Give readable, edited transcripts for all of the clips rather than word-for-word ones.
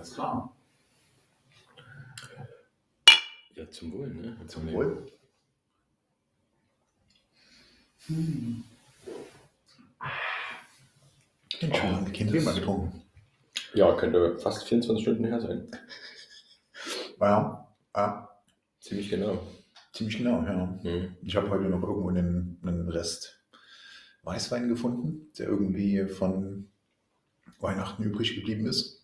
Alles klar. Ja, zum Wohl, ne? Zum Wohl. Den schon lange kein Bier mehr getrunken. Ja, könnte fast 24 Stunden her sein. Ja, Ziemlich genau. ziemlich genau, ja. Ich habe heute noch irgendwo einen Rest Weißwein gefunden, der irgendwie von Weihnachten übrig geblieben ist.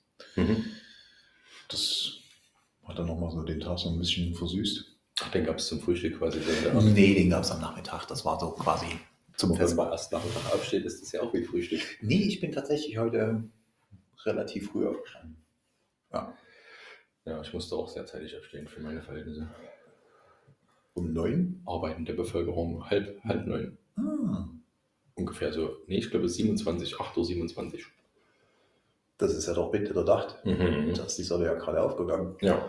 Das hat dann nochmal so den Tag so ein bisschen versüßt. Ach, den gab es zum Frühstück quasi. Nee, den gab es am Nachmittag. Das war so quasi zum Wenn man erst Nachmittag aufsteht, ist das ja auch wie Frühstück. Nee, ich bin tatsächlich heute relativ früh aufgestanden. Ja, ich musste auch sehr zeitig aufstehen für meine Verhältnisse. Um 9? Arbeitende Bevölkerung, halb 9. Ungefähr so. Nee, ich glaube 8:27 Uhr. Das ist ja doch bitte erdacht. Das ist die Sonne ja gerade aufgegangen. Ja.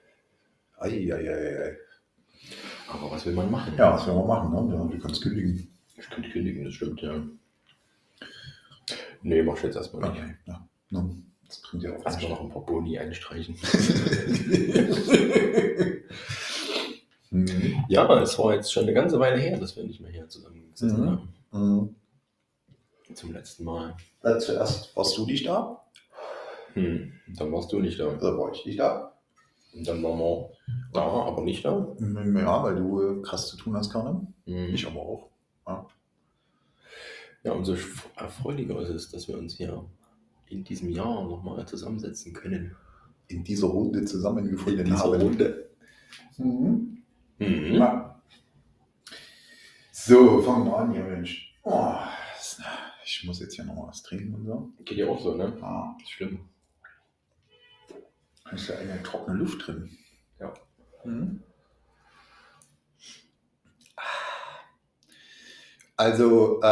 Ei. Aber was will man machen? Ja, was will man machen, ne? Ja, du kannst kündigen. Ich könnte kündigen, das stimmt, ja. Nee, mach ich jetzt erstmal nicht. Okay, ja. No. Das bringt ja auch was. Erstmal noch ein paar Boni einstreichen. Ja, es war jetzt schon eine ganze Weile her, dass wir nicht mehr hier zusammengesessen haben. Zum letzten Mal. Zuerst warst du nicht da? Dann warst du nicht da. Da war ich nicht da. Und dann waren wir da, aber nicht da. Ja, weil du krass zu tun hast, Karne. Ich aber auch. Ja, umso erfreulicher ist es, dass wir uns hier in diesem Jahr nochmal zusammensetzen können. In dieser Runde zusammengefunden In dieser haben. Runde. Ja. So, fangen wir an hier, Mensch. Ich muss jetzt hier noch was trinken und so. Geht ja auch so, ne? Ah, Das stimmt. da ist ja eine trockene Luft drin. Ja. Also,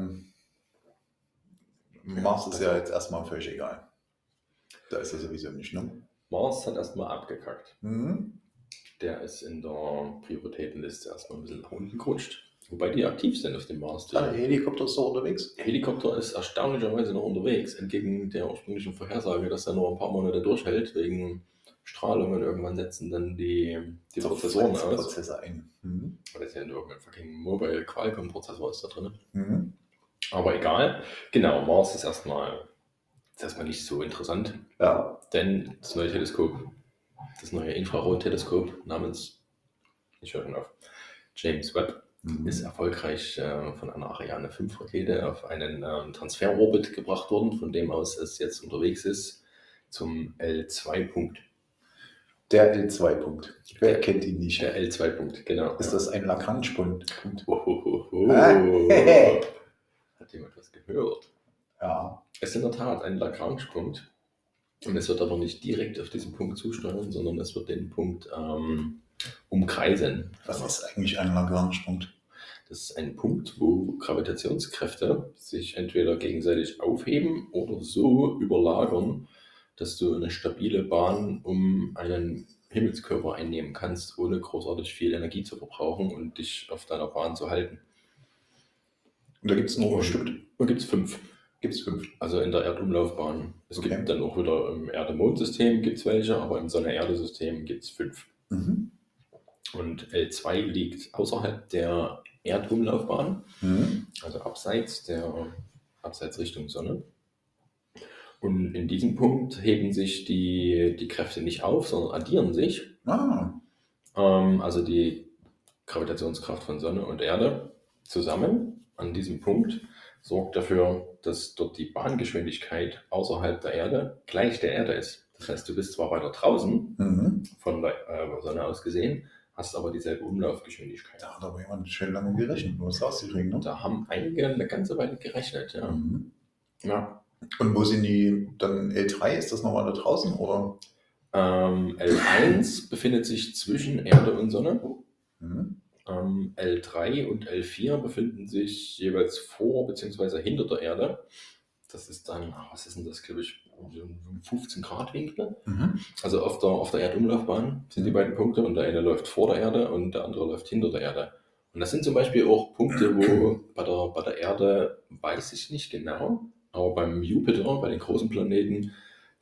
Mars ist ja jetzt erstmal völlig egal. Da ist er sowieso nicht, ne? Mars hat erstmal abgekackt. Der ist in der Prioritätenliste erstmal ein bisschen nach unten gerutscht. Wobei die aktiv sind auf dem Mars. Der Helikopter ist doch unterwegs? Der Helikopter ist erstaunlicherweise noch unterwegs, entgegen der ursprünglichen Vorhersage, dass er nur ein paar Monate durchhält, wegen Strahlung, und irgendwann setzen dann die Prozessoren aus. Prozesse ein. Das ist ja irgendein fucking Mobile Qualcomm-Prozessor ist da drin. Aber egal. Genau, Mars ist erstmal nicht so interessant. Ja. Denn das neue Teleskop, das neue Infrarotteleskop namens, ich höre schon auf, James Webb, ist erfolgreich von einer Ariane 5 Rakete auf einen Transferorbit gebracht worden, von dem aus es jetzt unterwegs ist zum L2-Punkt. Der L2-Punkt. Wer kennt ihn nicht? Der L2-Punkt, genau. Ist das ein Lagrange-Punkt? Hat jemand was gehört? Ja. Es ist in der Tat ein Lagrange-Punkt. Und es wird aber nicht direkt auf diesen Punkt zusteuern, sondern es wird den Punkt umkreisen. Was ist eigentlich ein Lagrange-Punkt? Das ist ein Punkt, wo Gravitationskräfte sich entweder gegenseitig aufheben oder so überlagern, dass du eine stabile Bahn um einen Himmelskörper einnehmen kannst, ohne großartig viel Energie zu verbrauchen und dich auf deiner Bahn zu halten. Und da gibt es noch bestimmt. Da gibt es 5. Also in der Erdumlaufbahn. Es gibt dann auch wieder im Erde-Mond-System gibt es welche, aber im Sonne-Erde-System gibt es 5. Und L2 liegt außerhalb der Erdumlaufbahn, also abseits Richtung Sonne. Und in diesem Punkt heben sich die Kräfte nicht auf, sondern addieren sich. Also die Gravitationskraft von Sonne und Erde zusammen an diesem Punkt sorgt dafür, dass dort die Bahngeschwindigkeit außerhalb der Erde gleich der Erde ist. Das heißt, du bist zwar weiter draußen, von der Sonne aus gesehen, hast aber dieselbe Umlaufgeschwindigkeit. Da hat aber jemand schön lange gerechnet, um das rauszukriegen, ne? Da haben einige eine ganze Weile gerechnet, ja. Ja. Und wo sind die dann L3? Ist das nochmal da draußen, oder? L1 befindet sich zwischen Erde und Sonne. L3 und L4 befinden sich jeweils vor bzw. hinter der Erde. Das ist dann, was ist denn das, glaube ich, 15 Grad Winkel. Also auf der Erdumlaufbahn sind die beiden Punkte und der eine läuft vor der Erde und der andere läuft hinter der Erde. Und das sind zum Beispiel auch Punkte, wo bei der Erde weiß ich nicht genau, aber beim Jupiter, bei den großen Planeten,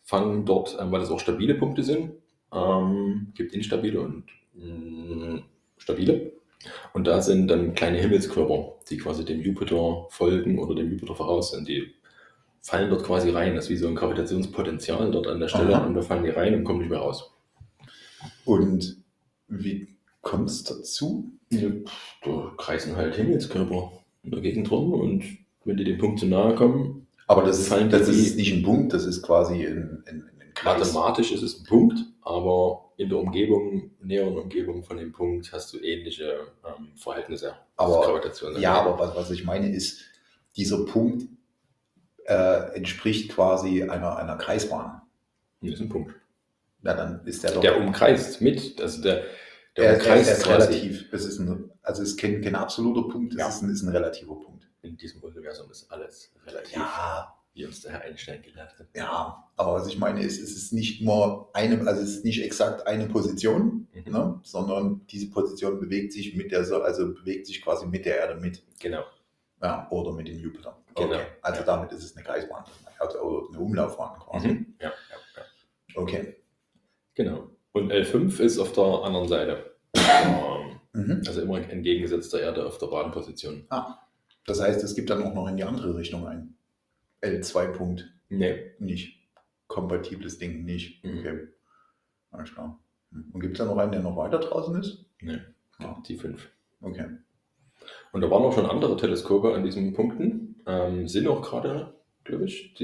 fangen dort, weil das auch stabile Punkte sind, gibt instabile und stabile. Und da sind dann kleine Himmelskörper, die quasi dem Jupiter folgen oder dem Jupiter voraus sind. Die fallen dort quasi rein. Das ist wie so ein Gravitationspotenzial dort an der Stelle. Aha. Und da fallen die rein und kommen nicht mehr raus. Und wie kommt es dazu? Ja, da kreisen halt Himmelskörper in der Gegend rum und wenn die dem Punkt zu nahe kommen, Aber das fallen ist nicht ein Punkt, das ist quasi ein Kreis. mathematisch ist es ein Punkt, aber in der Umgebung, näheren Umgebung von dem Punkt hast du ähnliche Verhältnisse. Aber, Gravitation. ja, aber was ich meine ist, dieser Punkt entspricht quasi einer Kreisbahn. Das ist ein Punkt. Ja, dann ist der doch. Der umkreist mit, also der der umkreist ist quasi. relativ. Es ist kein absoluter Punkt, Ja. es ist ein relativer Punkt. In diesem Universum ist alles relativ, Ja, wie uns der Herr Einstein gelehrt hat. ja, aber was ich meine ist, es ist nicht immer es ist nicht exakt eine Position, ne, sondern diese Position bewegt sich bewegt sich quasi mit der Erde mit. Genau. Ja, oder mit dem Jupiter. Genau. Okay. Also Ja. damit ist es eine Kreisbahn oder eine Umlaufbahn quasi. Ja. Okay. Genau. Und L5 ist auf der anderen Seite. Also immer entgegengesetzt der Erde auf der Bahnposition. Das heißt, es gibt dann auch noch in die andere Richtung ein L2-Punkt. Nee. Nicht. Kompatibles Ding nicht. Mhm. Okay. Alles klar. Und gibt es da noch einen, der noch weiter draußen ist? Nee. Ja. Die 5. Okay. Und da waren auch schon andere Teleskope an diesen Punkten. Sind auch gerade, glaube ich,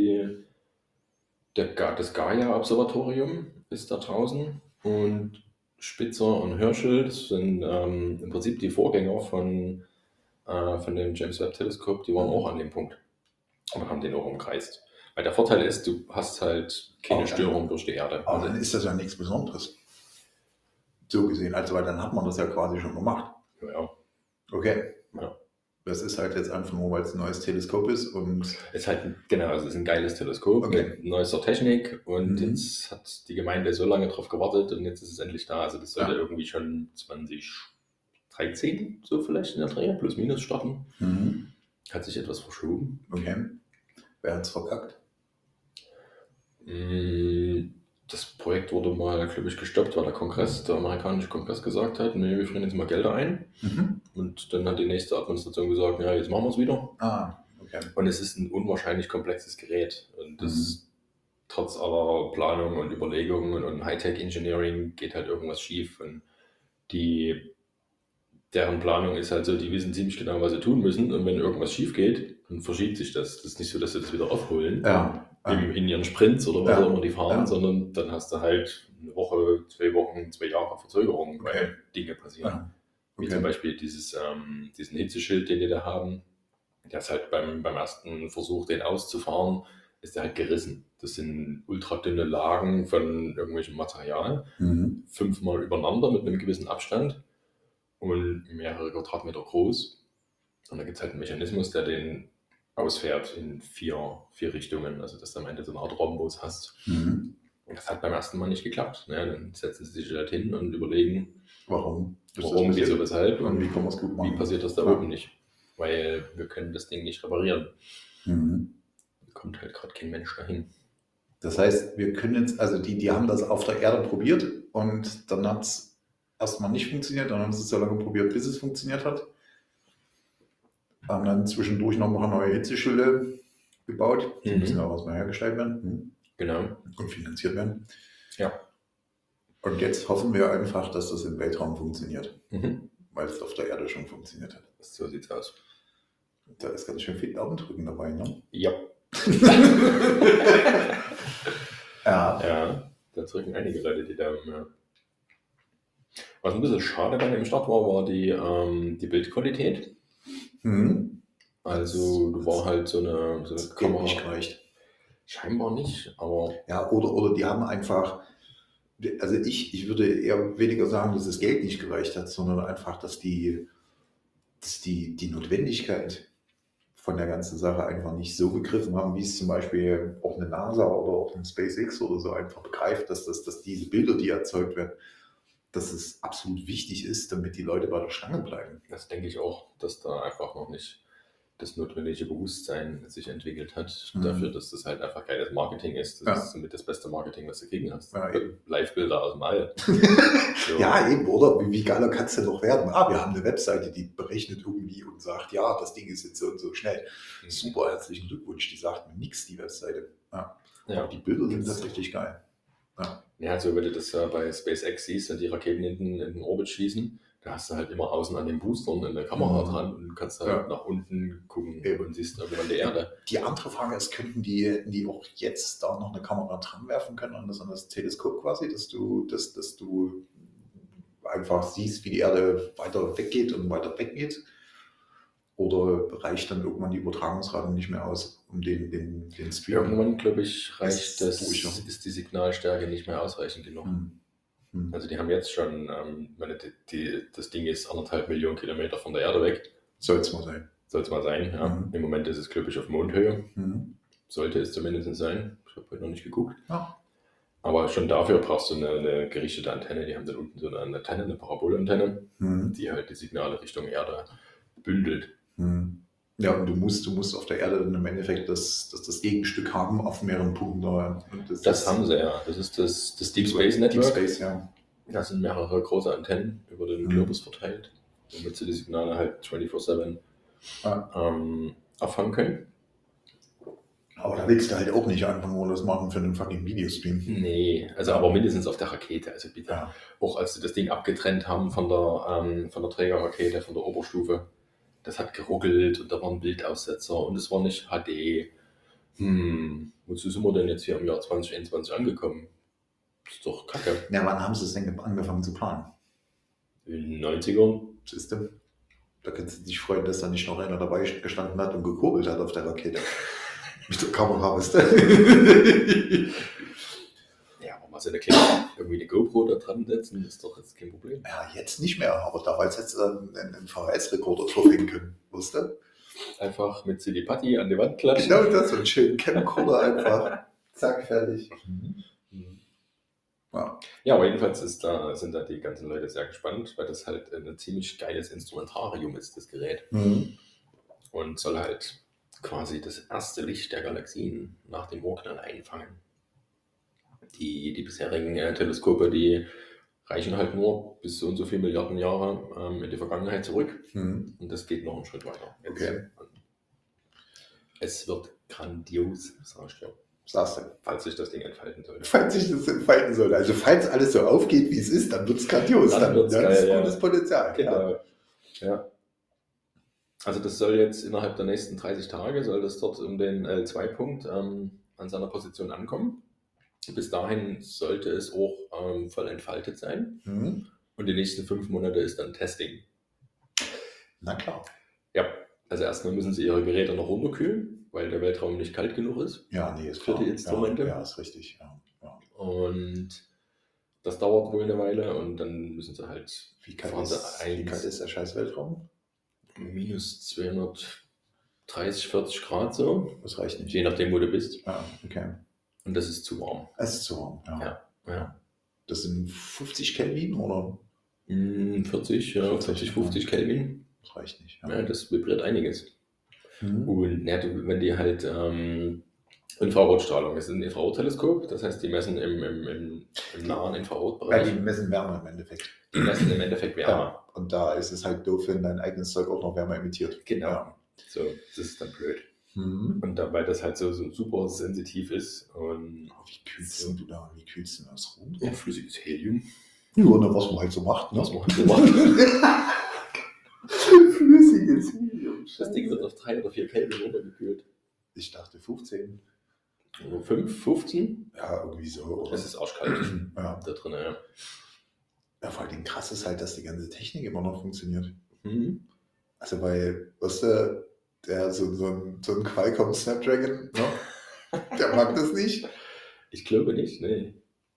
das Gaia-Observatorium ist da draußen. Und Spitzer und Herschel, das sind im Prinzip die Vorgänger von dem James Webb-Teleskop, die waren auch an dem Punkt. Und haben den auch umkreist. Weil der Vorteil ist, du hast halt keine Störung durch die Erde. Aber dann ist das ja nichts Besonderes. So gesehen. Also, weil dann hat man das ja quasi schon gemacht. Ja. Okay. Ja. Das ist halt jetzt einfach nur, weil es ein neues Teleskop ist und. Ist halt, genau, also es ist ein geiles Teleskop mit neuester Technik und jetzt hat die Gemeinde so lange drauf gewartet und jetzt ist es endlich da. Also das sollte irgendwie schon 2013 so vielleicht in der Dreh, plus minus starten. Hat sich etwas verschoben. Okay. Wer hat es verkackt? Das Projekt wurde mal, glaube ich, gestoppt, weil der amerikanische Kongress gesagt hat, nee, wir frieren jetzt mal Gelder ein. Und dann hat die nächste Administration gesagt, ja, jetzt machen wir es wieder. Okay. Und es ist ein unwahrscheinlich komplexes Gerät. Und das trotz aller Planung und Überlegungen und Hightech-Engineering geht halt irgendwas schief. Und deren Planung ist halt so, die wissen ziemlich genau, was sie tun müssen. Und wenn irgendwas schief geht, dann verschiebt sich das. Das ist nicht so, dass sie das wieder aufholen. In ihren Sprints oder was auch immer die fahren, sondern dann hast du halt eine Woche, 2 Wochen, 2 Jahre Verzögerung, weil Dinge passieren. Wie zum Beispiel diesen Hitzeschild, den die da haben, der ist halt beim ersten Versuch, den auszufahren, ist der halt gerissen. Das sind ultradünne Lagen von irgendwelchem Material, 5-mal übereinander mit einem gewissen Abstand und mehrere Quadratmeter groß. Und da gibt es halt einen Mechanismus, der den ausfährt in 4 Richtungen, also dass du am Ende so eine Art Rhombus hast. Und das hat beim ersten Mal nicht geklappt. Ja, dann setzen sie sich halt hin und überlegen, warum, wieso, weshalb und wie kann man es gut machen. Wie passiert das da oben nicht? Weil wir können das Ding nicht reparieren. Da kommt halt gerade kein Mensch dahin. Das heißt, wir können jetzt, also die haben das auf der Erde probiert und dann hat es erstmal nicht funktioniert, dann haben sie es so lange probiert, bis es funktioniert hat. Haben dann zwischendurch noch ein paar neue Hitzeschilde gebaut. Die müssen auch erstmal hergestellt werden. Genau. Und finanziert werden. Ja. Und jetzt hoffen wir einfach, dass das im Weltraum funktioniert. Weil es auf der Erde schon funktioniert hat. So sieht's aus. Da ist ganz schön viel Daumendrücken dabei, ne? Ja. Ja, da drücken einige Leute die Daumen, ja. Was ein bisschen schade bei dem Start war die Bildqualität. Also du war halt so eine Kamera. Nicht gereicht. Scheinbar nicht, aber... Ja, oder die haben einfach... Also ich würde eher weniger sagen, dass das Geld nicht gereicht hat, sondern einfach, dass die Notwendigkeit von der ganzen Sache einfach nicht so begriffen haben, wie es zum Beispiel auch eine NASA oder auch ein SpaceX oder so einfach begreift, dass diese Bilder, die erzeugt werden, dass es absolut wichtig ist, damit die Leute bei der Stange bleiben. Das denke ich auch, dass da einfach noch nicht das notwendige Bewusstsein sich entwickelt hat, dafür, dass das halt einfach geiles Marketing ist. Das ist somit das beste Marketing, was du kriegen hast. Ja, Live-Bilder aus dem All. So. Ja, eben, oder? Wie geiler kann es denn noch werden? Wir haben eine Webseite, die berechnet irgendwie und sagt, ja, das Ding ist jetzt so und so schnell. Super, herzlichen Glückwunsch. Die sagt mir nichts, die Webseite. Ja. Aber die Bilder sind tatsächlich geil. Ja, also wenn du das bei SpaceX siehst, wenn die Raketen in den Orbit schießen, da hast du halt immer außen an den Boostern eine Kamera dran und kannst halt nach unten gucken und siehst irgendwann die Erde. Die andere Frage ist, könnten die auch jetzt da noch eine Kamera dran werfen können an das Teleskop quasi, dass du einfach siehst, wie die Erde weiter weggeht und weiter weggeht? Oder reicht dann irgendwann die Übertragungsrate nicht mehr aus, um den Stream? Irgendwann, glaube ich, ist die Signalstärke nicht mehr ausreichend genug. Also die haben jetzt schon, das Ding ist 1,5 Millionen Kilometer von der Erde weg. Soll es mal sein. Ja. Im Moment ist es, glaube ich, auf Mondhöhe. Sollte es zumindest sein. Ich habe heute noch nicht geguckt. Ja. Aber schon dafür brauchst du eine gerichtete Antenne. Die haben dann unten so eine Antenne, eine Parabolantenne, die halt die Signale Richtung Erde bündelt. Ja, und du musst auf der Erde dann im Endeffekt das Gegenstück haben auf mehreren Punkten. Das haben sie, ja. Das ist das Deep Space Network. Deep Space, ja. Da sind mehrere große Antennen über den Globus verteilt, damit sie die Signale halt 24/7 abfangen können. Aber da willst du halt auch nicht einfach nur das machen für einen fucking Videostream. Nee, also aber mindestens auf der Rakete. Also bitte. Ja. Auch als sie das Ding abgetrennt haben von der Trägerrakete, von der Oberstufe. Das hat geruckelt und da waren Bildaussetzer und es war nicht HD. Wozu sind wir denn jetzt hier im Jahr 2021 angekommen? Das ist doch kacke. Ja, wann haben sie es denn angefangen zu planen? In den 90ern. Siehst du? Da kannst du dich freuen, dass da nicht noch einer dabei gestanden hat und gekurbelt hat auf der Rakete. Mit der Kamera, weißt du? Ja, aber mal so irgendwie eine GoPro da dran setzen, ist doch jetzt kein Problem. Ja, jetzt nicht mehr, aber damals hättest du dann einen VHS-Rekorder drauflegen können, weißt du? Einfach mit Silipatti an die Wand klatschen. Genau das, so einen schönen Camcorder einfach. Zack, fertig. Ja, aber jedenfalls sind da die ganzen Leute sehr gespannt, weil das halt ein ziemlich geiles Instrumentarium ist, das Gerät. Und soll halt quasi das erste Licht der Galaxien nach dem Urknall einfangen. Die bisherigen Teleskope, die reichen halt nur bis so und so viele Milliarden Jahre in die Vergangenheit zurück. Und das geht noch einen Schritt weiter. Okay. Es wird grandios, sagst du. Sagst du. Falls sich das Ding entfalten sollte. Falls sich das entfalten sollte. Also falls alles so aufgeht, wie es ist, dann wird es grandios. Dann wird's geil, ist gutes Potenzial. Genau. Ja. Also das soll jetzt innerhalb der nächsten 30 Tage, soll das dort um den L2-Punkt an seiner Position ankommen. Bis dahin sollte es auch voll entfaltet sein. Und die nächsten 5 Monate ist dann Testing. Na klar. Ja, also erstmal müssen sie ihre Geräte noch runterkühlen, weil der Weltraum nicht kalt genug ist. Ja, nee, ist für klar. Die Instrumente. Ja, ist richtig. Ja. Und das dauert wohl eine Weile und dann müssen sie halt... Wie kalt ist der scheiß Weltraum? Minus 230, 40 Grad so. Das reicht nicht. Je nachdem, wo du bist. Ja, okay. Und das ist zu warm. Es ist zu warm, ja. Das sind 50 Kelvin oder? 40, 50 Kelvin. Das reicht nicht. Ja, das vibriert einiges. Und wenn die halt Infrarotstrahlung, das ist ein Infrarotteleskop, das heißt, die messen im nahen Infrarotbereich. Ja, die messen Wärme im Endeffekt. Die messen im Endeffekt Wärme. Ja, und da ist es halt doof, wenn dein eigenes Zeug auch noch Wärme emittiert. Genau. Ja. So, das ist dann blöd. Und weil das halt so super sensitiv ist. Und wie kühlst du da? Wie kühlst du das rum? Ja, flüssiges Helium. Ja, was man halt so macht. Ne? Was man halt so macht. Flüssiges Helium. Das Ding wird auf 3 oder 4 Kelvin runtergekühlt. Ich dachte 15. 5, 15? Ja, irgendwie so. Oder? Das ist arschkalt da drin, ja. Ja, vor allem krass ist halt, dass die ganze Technik immer noch funktioniert. Also weil, weißt du, so ein Qualcomm Snapdragon, ne? Der mag das nicht. Ich glaube nicht, nee.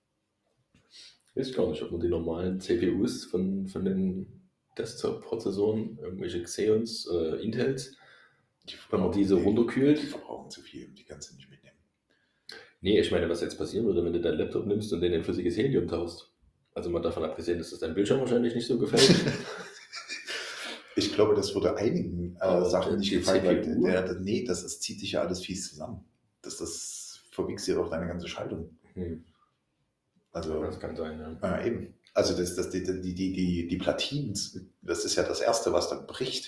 Ich weiß gar nicht, ob man die normalen CPUs von den Desktop-Prozessoren, irgendwelche Xeons, Intels, wenn man die so runterkühlt. Die verbrauchen zu viel, die kannst du nicht mitnehmen. Nee, ich meine, was jetzt passieren würde, wenn du deinen Laptop nimmst und den in flüssiges Helium tauchst. Also mal davon abgesehen, dass das dein Bildschirm wahrscheinlich nicht so gefällt. Ich glaube, das würde einigen Sachen nicht gefallen, weil das zieht sich ja alles fies zusammen. Das verwichst dir doch deine ganze Schaltung. Also, das kann sein, ja. Eben. Also die Platinen, das ist ja das Erste, was dann bricht.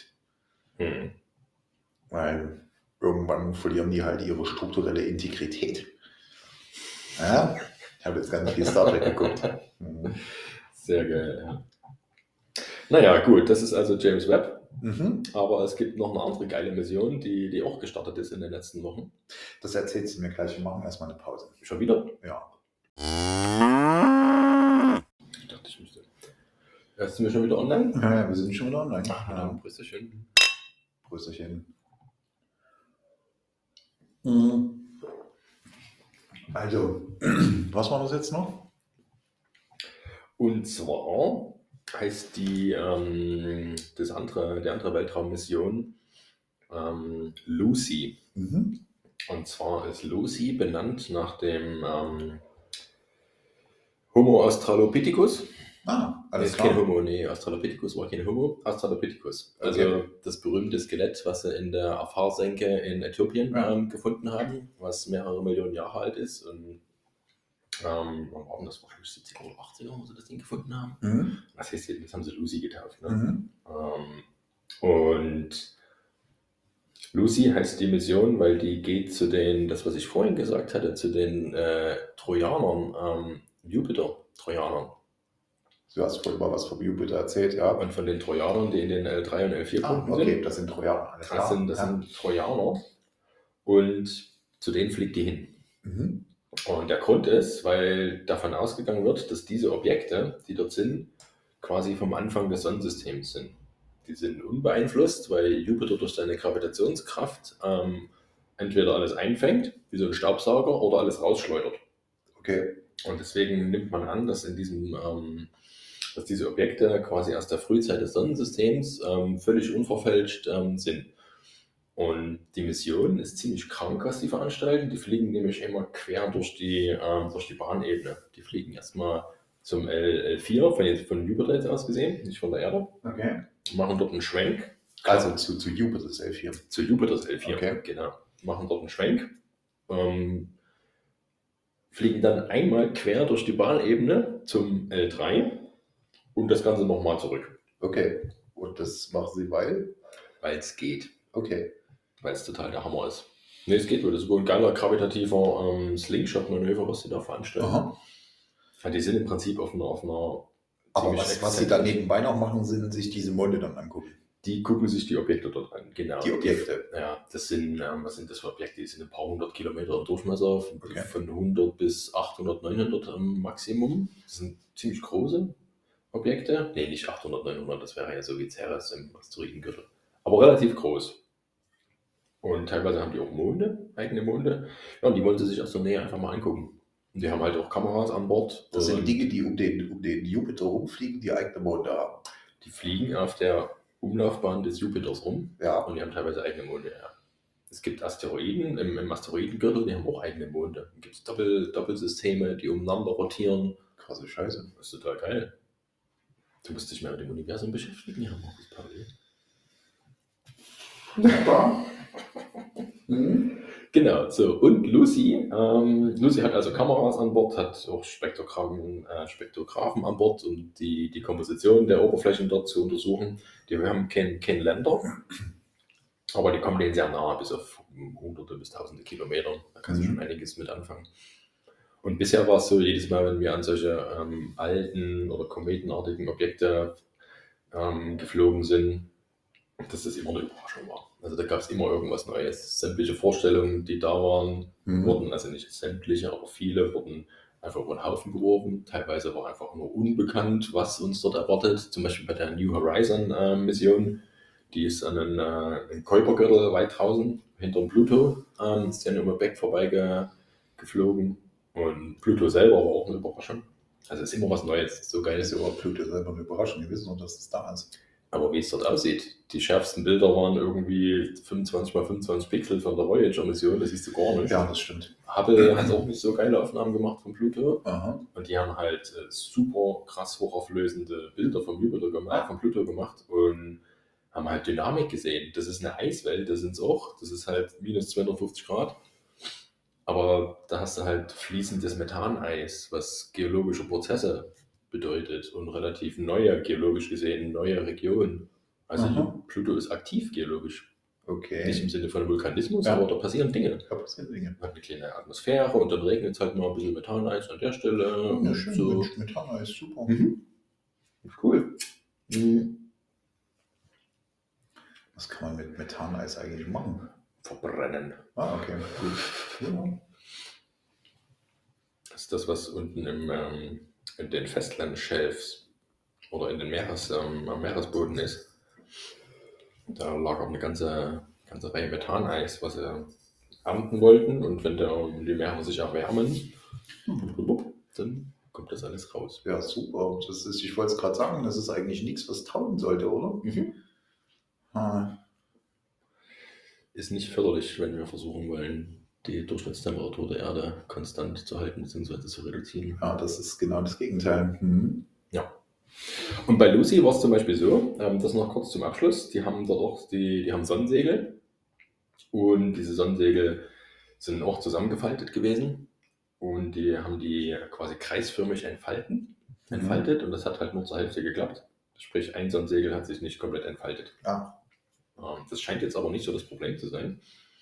Weil irgendwann verlieren die halt ihre strukturelle Integrität. Ja, ich habe jetzt ganz viel Star Trek geguckt. Sehr geil, ja. Naja, gut, das ist also James Webb. Aber es gibt noch eine andere geile Mission, die auch gestartet ist in den letzten Wochen. Das erzählst du mir gleich. Wir machen erstmal eine Pause. Schon wieder? Ja. Ich dachte, ich müsste. Sind wir schon wieder online? Ja, wir sind schon wieder online. Ach, ja. Prösterchen. Prösterchen. Also, was war das jetzt noch? Und zwar heißt die andere Weltraummission Lucy. Und zwar ist Lucy benannt nach dem Homo australopithecus. Alles klar. Kein Homo, nee, Australopithecus war kein Homo, Australopithecus. Also das berühmte Skelett, was sie in der Afar-Senke in Äthiopien gefunden haben, was mehrere Millionen Jahre alt ist. Und wann war das? Wahrscheinlich 70er oder 80er, wo sie das Ding gefunden haben. Das heißt, das haben sie Lucy getauft. Ne? Und Lucy heißt die Mission, weil die geht zu den, das was ich vorhin gesagt hatte, zu den Trojanern, Jupiter-Trojanern. Du hast vorhin mal was vom Jupiter erzählt, ja. Und von den Trojanern, die in den L3 und L4 Punkten sind. Okay, das sind Trojaner. Das sind Trojaner. Und zu denen fliegt die hin. Und der Grund ist, weil davon ausgegangen wird, dass diese Objekte, die dort sind, quasi vom Anfang des Sonnensystems sind. Die sind unbeeinflusst, weil Jupiter durch seine Gravitationskraft entweder alles einfängt, wie so ein Staubsauger, oder alles rausschleudert. Okay. Und deswegen nimmt man an, dass dass diese Objekte quasi aus der Frühzeit des Sonnensystems völlig unverfälscht sind. Und die Mission ist ziemlich krank, was die veranstalten. Die fliegen nämlich immer quer durch die Bahnebene. Die fliegen erstmal zum L4, von Jupiter jetzt aus gesehen, nicht von der Erde. Okay. Machen dort einen Schwenk. Also zu Jupiters L4. Zu Jupiters L4, okay. Genau. Machen dort einen Schwenk. Fliegen dann einmal quer durch die Bahnebene zum L3 und das Ganze nochmal zurück. Okay. Und das machen sie weil? Weil es geht. Okay. Weil es total der Hammer ist. Ne, es geht wohl. Das ist wohl ein geiler gravitativer Slingshot-Manöver, was sie da veranstalten. Ja, die sind im Prinzip auf einer aber was sie da nebenbei noch machen, sind sich diese Monde dann angucken. Die gucken sich die Objekte dort an, genau. Die Objekte? Ja, das sind, was sind das für Objekte? Die sind ein paar hundert Kilometer im Durchmesser, von 100 bis 800, 900 am Maximum. Das sind ziemlich große Objekte. Ne, nicht 800, 900, das wäre ja so wie Ceres im Asteroidengürtel. Aber relativ groß. Und teilweise haben die auch eigene Monde. Ja, und die wollen sie sich aus der Nähe einfach mal angucken. Und die haben halt auch Kameras an Bord. Das sind Dinge, die um den Jupiter rumfliegen, die eigene Monde haben. Die fliegen auf der Umlaufbahn des Jupiters rum. Ja. Und die haben teilweise eigene Monde, ja. Es gibt Asteroiden im Asteroidengürtel, die haben auch eigene Monde. Da gibt es Doppelsysteme, die umeinander rotieren. Krasse Scheiße. Das ist total geil. Du musst dich mehr mit dem Universum beschäftigen, ja, Markus Pauli. Genau, so. Und Lucy hat also Kameras an Bord, hat auch Spektrographen an Bord, um die Komposition der Oberflächen dort zu untersuchen. Die haben kein Länder, aber die kommen denen sehr nahe, bis auf hunderte bis tausende Kilometer. Da kannst du schon einiges mit anfangen. Und bisher war es so, jedes Mal, wenn wir an solche alten oder kometenartigen Objekte geflogen sind, dass das immer eine Überraschung war. Also da gab es immer irgendwas Neues. Sämtliche Vorstellungen, die da waren, wurden, also nicht sämtliche, aber viele, wurden einfach über den Haufen geworfen. Teilweise war einfach nur unbekannt, was uns dort erwartet. Zum Beispiel bei der New Horizon Mission. Die ist an den Kuipergürtel weit draußen, hinterm Pluto. Ist ja nur Beck vorbei geflogen. Und Pluto selber war auch eine Überraschung. Also es ist immer was Neues. So geil ist ja überhaupt Pluto selber eine Überraschung. Wir wissen noch, dass es da ist. Aber wie es dort aussieht, die schärfsten Bilder waren irgendwie 25 x 25 Pixel von der Voyager-Mission, das siehst du gar nicht. Ja, das stimmt. Hubble hat auch nicht so geile Aufnahmen gemacht von Pluto. Aha. Und die haben halt super krass hochauflösende Bilder vom Jupiter gemacht, von Pluto gemacht und haben halt Dynamik gesehen. Das ist eine Eiswelt, das sind es auch. Das ist halt minus 250 Grad. Aber da hast du halt fließendes Methaneis, was geologische Prozesse bedeutet und relativ neue, geologisch gesehen, neue Regionen. Also Pluto ist aktiv geologisch. Okay. Nicht im Sinne von Vulkanismus, aber da passieren Dinge. Da passieren Dinge. Man hat eine kleine Atmosphäre und dann regnet es halt mal ein bisschen Methaneis an der Stelle. Ja, schön, so. Methaneis, super. Ist cool. Was kann man mit Methaneis eigentlich machen? Verbrennen. Okay, gut. Ja. Das ist das, was unten in den Festlandschelfs oder in den am Meeresboden ist. Da lag auch eine ganze Reihe Methaneis, was sie ernten wollten. Und wenn die Meere sich erwärmen, dann kommt das alles raus. Ja, super. Ich wollte es gerade sagen, das ist eigentlich nichts, was tauen sollte, oder? Ist nicht förderlich, wenn wir versuchen wollen, die Durchschnittstemperatur der Erde konstant zu halten bzw. zu reduzieren. Ja, das ist genau das Gegenteil. Ja. Und bei Lucy war es zum Beispiel so, das noch kurz zum Abschluss, die haben dort auch die haben Sonnensegel und diese Sonnensegel sind auch zusammengefaltet gewesen und die haben die quasi kreisförmig entfaltet und das hat halt nur zur Hälfte geklappt. Sprich, ein Sonnensegel hat sich nicht komplett entfaltet. Ja. Das scheint jetzt aber nicht so das Problem zu sein.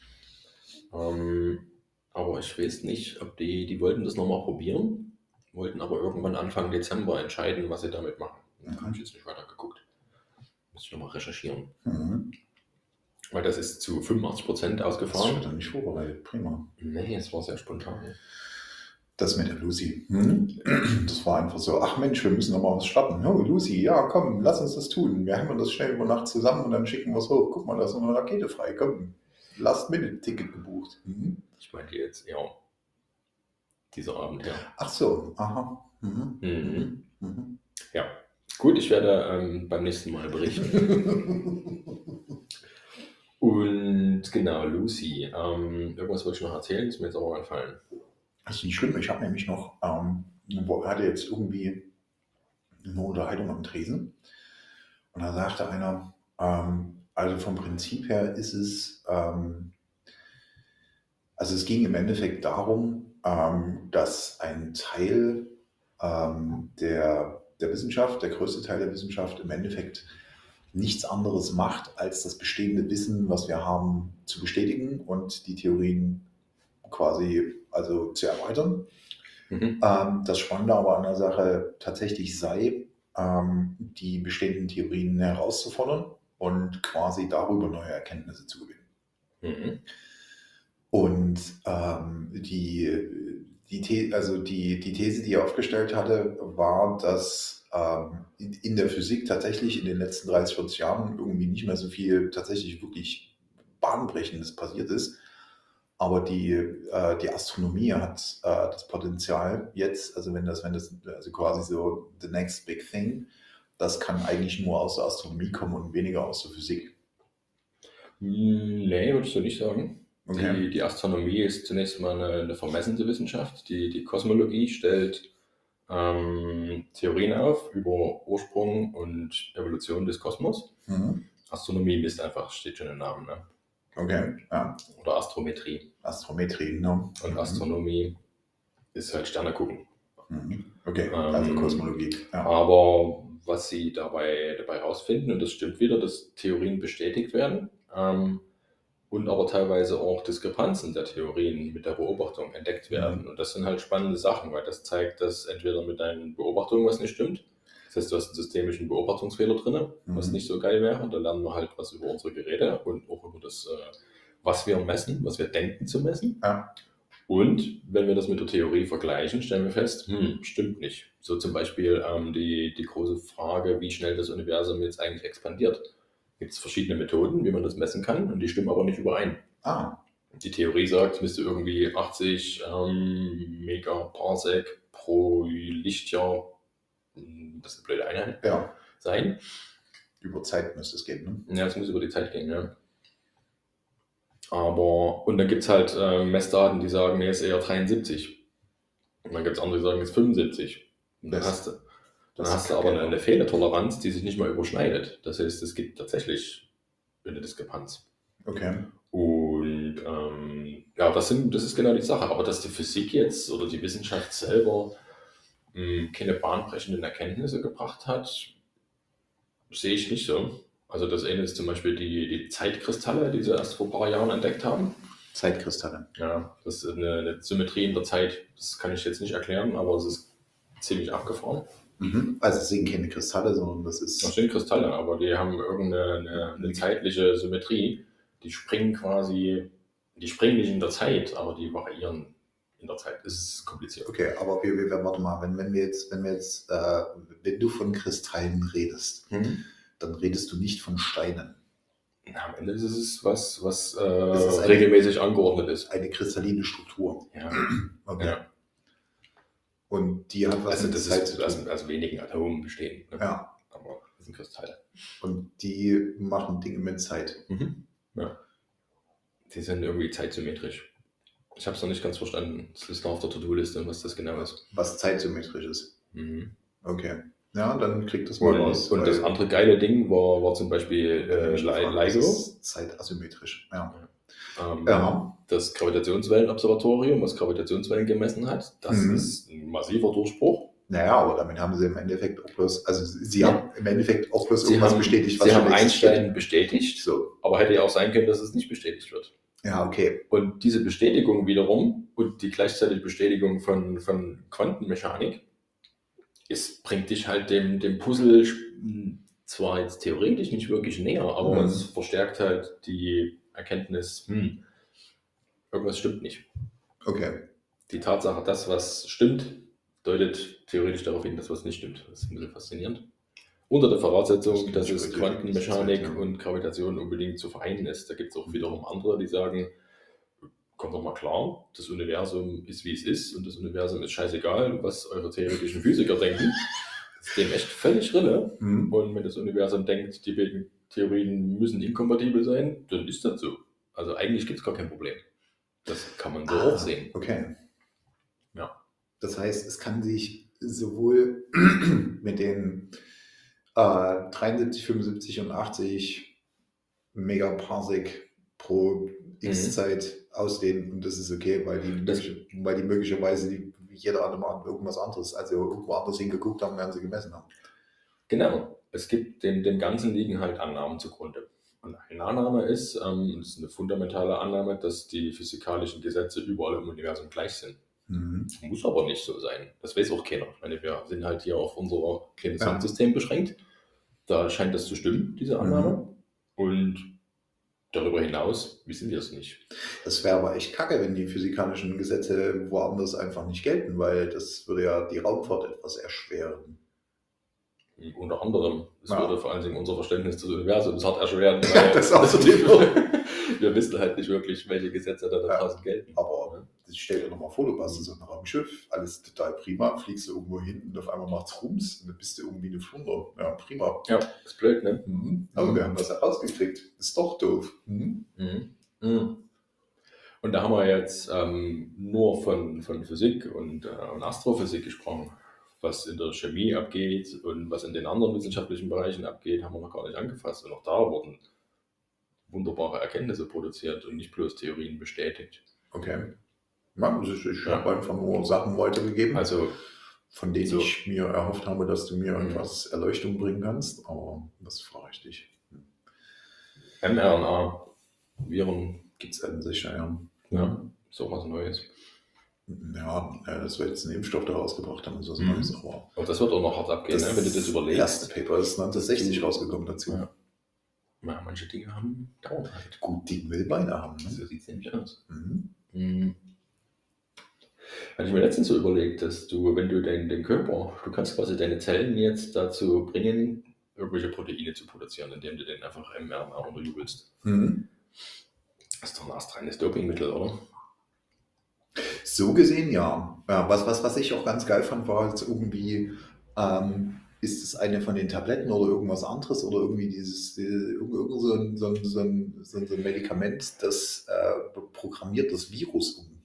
Aber ich weiß nicht, ob die wollten das nochmal probieren, wollten aber irgendwann Anfang Dezember entscheiden, was sie damit machen. Da habe ich jetzt nicht weiter geguckt. Muss ich nochmal recherchieren. Weil das ist zu 85% ausgefahren. Das ist dann nicht vorbereitet, prima. Nee, es war sehr spontan. Das mit der Lucy. Das war einfach so, ach Mensch, wir müssen noch mal was starten. Oh, Lucy, ja komm, lass uns das tun. Wir haben das schnell über Nacht zusammen und dann schicken wir es hoch. Guck mal, da ist noch eine Rakete frei. Komm, Last-Minute-Ticket gebucht. Ich meinte jetzt eher dieser Abend her. Ach so, aha. Ja, gut, ich werde beim nächsten Mal berichten. Und genau, Lucy. Irgendwas wollte ich noch erzählen, ist mir jetzt aber gefallen. Das ist nicht schlimm, ich habe nämlich noch, hatte jetzt irgendwie eine Unterhaltung am Tresen und da sagte einer, also vom Prinzip her ist es, also es ging im Endeffekt darum, dass ein Teil der Wissenschaft, der größte Teil der Wissenschaft im Endeffekt nichts anderes macht, als das bestehende Wissen, was wir haben, zu bestätigen und die Theorien quasi also zu erweitern. Das Spannende aber an der Sache tatsächlich sei, die bestehenden Theorien herauszufordern und quasi darüber neue Erkenntnisse zu gewinnen. Und die These, die er aufgestellt hatte, war, dass in der Physik tatsächlich in den letzten 30, 40 Jahren irgendwie nicht mehr so viel tatsächlich wirklich Bahnbrechendes passiert ist. Aber die Astronomie hat das Potenzial jetzt, also wenn das also quasi so the next big thing, das kann eigentlich nur aus der Astronomie kommen und weniger aus der Physik. Nee, würde ich so nicht sagen. Okay. Die Astronomie ist zunächst mal eine vermessende Wissenschaft. Die Kosmologie stellt Theorien auf über Ursprung und Evolution des Kosmos. Astronomie misst einfach, steht schon im Namen, ne? Okay, ja. Oder Astrometrie. Astrometrie, ne? Und Astronomie ist halt Sterne gucken. Okay, also Kosmologie. Ja. Aber was sie dabei rausfinden, und das stimmt wieder, dass Theorien bestätigt werden und aber teilweise auch Diskrepanzen der Theorien mit der Beobachtung entdeckt werden. Und das sind halt spannende Sachen, weil das zeigt, dass entweder mit deinen Beobachtungen was nicht stimmt. Das heißt, du hast einen systemischen Beobachtungsfehler drin, was nicht so geil wäre. Und dann lernen wir halt was über unsere Geräte und auch über das, was wir messen, was wir denken zu messen. Ja. Und wenn wir das mit der Theorie vergleichen, stellen wir fest, stimmt nicht. So zum Beispiel die große Frage, wie schnell das Universum jetzt eigentlich expandiert. Gibt es verschiedene Methoden, wie man das messen kann, und die stimmen aber nicht überein. Die Theorie sagt, es müsste irgendwie 80 Megaparsec pro Lichtjahr, das ist eine blöde Einheit, sein. Über Zeit müsste es gehen, ne? Ja, es muss über die Zeit gehen, ja. Aber, und dann gibt es halt Messdaten, die sagen, nee, es ist eher 73. Und dann gibt es andere, die sagen, es ist 75. Und dann hast du aber eine Fehlertoleranz, die sich nicht mal überschneidet. Das heißt, es gibt tatsächlich eine Diskrepanz. Okay. Und ja, das ist genau die Sache. Aber dass die Physik jetzt oder die Wissenschaft selber keine bahnbrechenden Erkenntnisse gebracht hat, sehe ich nicht so. Also das eine ist zum Beispiel die Zeitkristalle, die sie erst vor ein paar Jahren entdeckt haben. Zeitkristalle. Ja, das ist eine Symmetrie in der Zeit. Das kann ich jetzt nicht erklären, aber es ist ziemlich abgefahren. Also es sind keine Kristalle, sondern das ist... Das sind Kristalle, aber die haben irgendeine zeitliche Symmetrie. Die springen nicht in der Zeit, aber die variieren in der Zeit. Das ist kompliziert. Okay, aber warte mal, wenn du von Kristallen redest, dann redest du nicht von Steinen. Na, am Ende ist es was regelmäßig angeordnet ist. Eine kristalline Struktur. Ja. Okay. Ja. Und die hat was mit Zeit zu tun. Also wenigen Atomen bestehen. Ne? Ja. Aber das sind Kristalle. Und die machen Dinge mit Zeit. Ja. Die sind irgendwie zeitsymmetrisch. Ich habe es noch nicht ganz verstanden. Das ist noch auf der To-Do-Liste, was das genau ist. Was zeitsymmetrisch ist. Okay. Ja, dann kriegt das mal raus. Und das andere geile Ding war zum Beispiel LIGO. Zeitasymmetrisch, ja. Das Gravitationswellenobservatorium, was Gravitationswellen gemessen hat, das ist ein massiver Durchbruch. Naja, aber damit haben sie im Endeffekt auch bloß, also sie haben im Endeffekt auch bloß irgendwas bestätigt, was sie haben Einstein bestätigt, so. Aber hätte ja auch sein können, dass es nicht bestätigt wird. Ja, okay. Und diese Bestätigung wiederum und die gleichzeitige Bestätigung von Quantenmechanik, es bringt dich halt dem Puzzle zwar jetzt theoretisch nicht wirklich näher, aber es verstärkt halt die Erkenntnis, irgendwas stimmt nicht. Okay. Die Tatsache, das, was stimmt, deutet theoretisch darauf hin, dass was nicht stimmt. Das ist ein bisschen faszinierend. Unter der Voraussetzung, dass es Quantenmechanik und Gravitation unbedingt zu vereinen ist. Da gibt es auch wiederum andere, die sagen, kommt doch mal klar, das Universum ist, wie es ist und das Universum ist scheißegal, was eure theoretischen Physiker denken. Das ist dem echt völlig Rille. Und wenn das Universum denkt, die beiden Theorien müssen inkompatibel sein, dann ist das so. Also eigentlich gibt es gar kein Problem. Das kann man so auch sehen. Okay. Ja. Das heißt, es kann sich sowohl mit den 73, 75 und 80 Megaparsec pro X-Zeit ausdehnen und das ist okay, weil die möglicherweise jeder andere mal irgendwas anderes, also irgendwo anders hingeguckt haben, während sie gemessen haben. Genau. Es gibt dem Ganzen liegen halt Annahmen zugrunde. Und eine Annahme ist, das ist eine fundamentale Annahme, dass die physikalischen Gesetze überall im Universum gleich sind. Muss aber nicht so sein. Das weiß auch keiner. Ich meine, wir sind halt hier auf unser kleines Sonnensystem beschränkt. Da scheint das zu stimmen, diese Annahme. Und darüber hinaus wissen wir es nicht. Das wäre aber echt kacke, wenn die physikalischen Gesetze woanders einfach nicht gelten, weil das würde ja die Raumfahrt etwas erschweren. Unter anderem. Es würde vor allen Dingen unser Verständnis des Universums hart erschweren. Das auch so wir wissen halt nicht wirklich, welche Gesetze da draußen gelten. Aber stell dir nochmal vor, du hast so ein Raumschiff, alles total prima, fliegst du irgendwo hin und auf einmal macht's Rums und dann bist du irgendwie eine Flunder. Ja, prima. Ja, ist blöd, ne? Aber wir haben das herausgekriegt. Ist doch doof. Und da haben wir jetzt nur von Physik und Astrophysik gesprochen. Was in der Chemie abgeht und was in den anderen wissenschaftlichen Bereichen abgeht, haben wir noch gar nicht angefasst. Und auch da wurden wunderbare Erkenntnisse produziert und nicht bloß Theorien bestätigt. Okay. Ja, ich habe einfach nur Sachen weitergegeben, also, von denen ich mir erhofft habe, dass du mir etwas Erleuchtung bringen kannst. Aber das frage ich dich. mRNA-Viren gibt es an sich, ja. Ist auch was Neues. Ja, das wird jetzt ein Impfstoff da rausgebracht haben, ist was Neues. Aber das wird auch noch hart abgehen, wenn du das überlegst. Das erste Paper ist 1960 rausgekommen dazu. Ja, manche Dinge dauern halt. Gut, die will Beine haben. Ne? So sieht es nämlich aus. Hatte ich mir letztens so überlegt, dass du, wenn du den Körper, du kannst quasi deine Zellen jetzt dazu bringen, irgendwelche Proteine zu produzieren, indem du den einfach mRNA unterjubelst. Das ist doch ein astreines Dopingmittel, oder? So gesehen, ja. Was ich auch ganz geil fand, war jetzt irgendwie, ist es eine von den Tabletten oder irgendwas anderes oder irgendwie so ein Medikament, das programmiert das Virus um.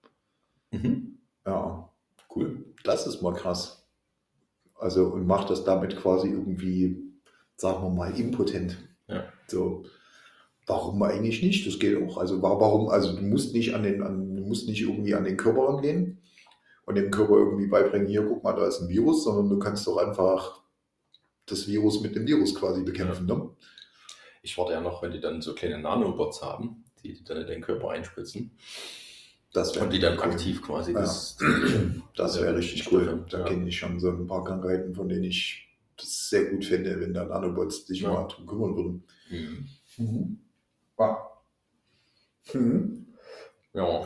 Ja, cool. Das ist mal krass. Also und macht das damit quasi irgendwie, sagen wir mal, impotent. Ja. So. Warum eigentlich nicht? Das geht auch. Also warum, also du musst nicht du musst nicht irgendwie an den Körper rangehen und dem Körper irgendwie beibringen, hier, guck mal, da ist ein Virus, sondern du kannst doch einfach das Virus mit dem Virus quasi bekämpfen. Ne? Ich warte ja noch, wenn die dann so kleine Nanobots haben, die dann in den Körper einspritzen. Und die dann cool. Aktiv quasi das wäre richtig cool. Da kenne ich schon so ein paar Krankheiten, von denen ich das sehr gut finde, wenn da Nanobots sich mal drum kümmern würden. Ja.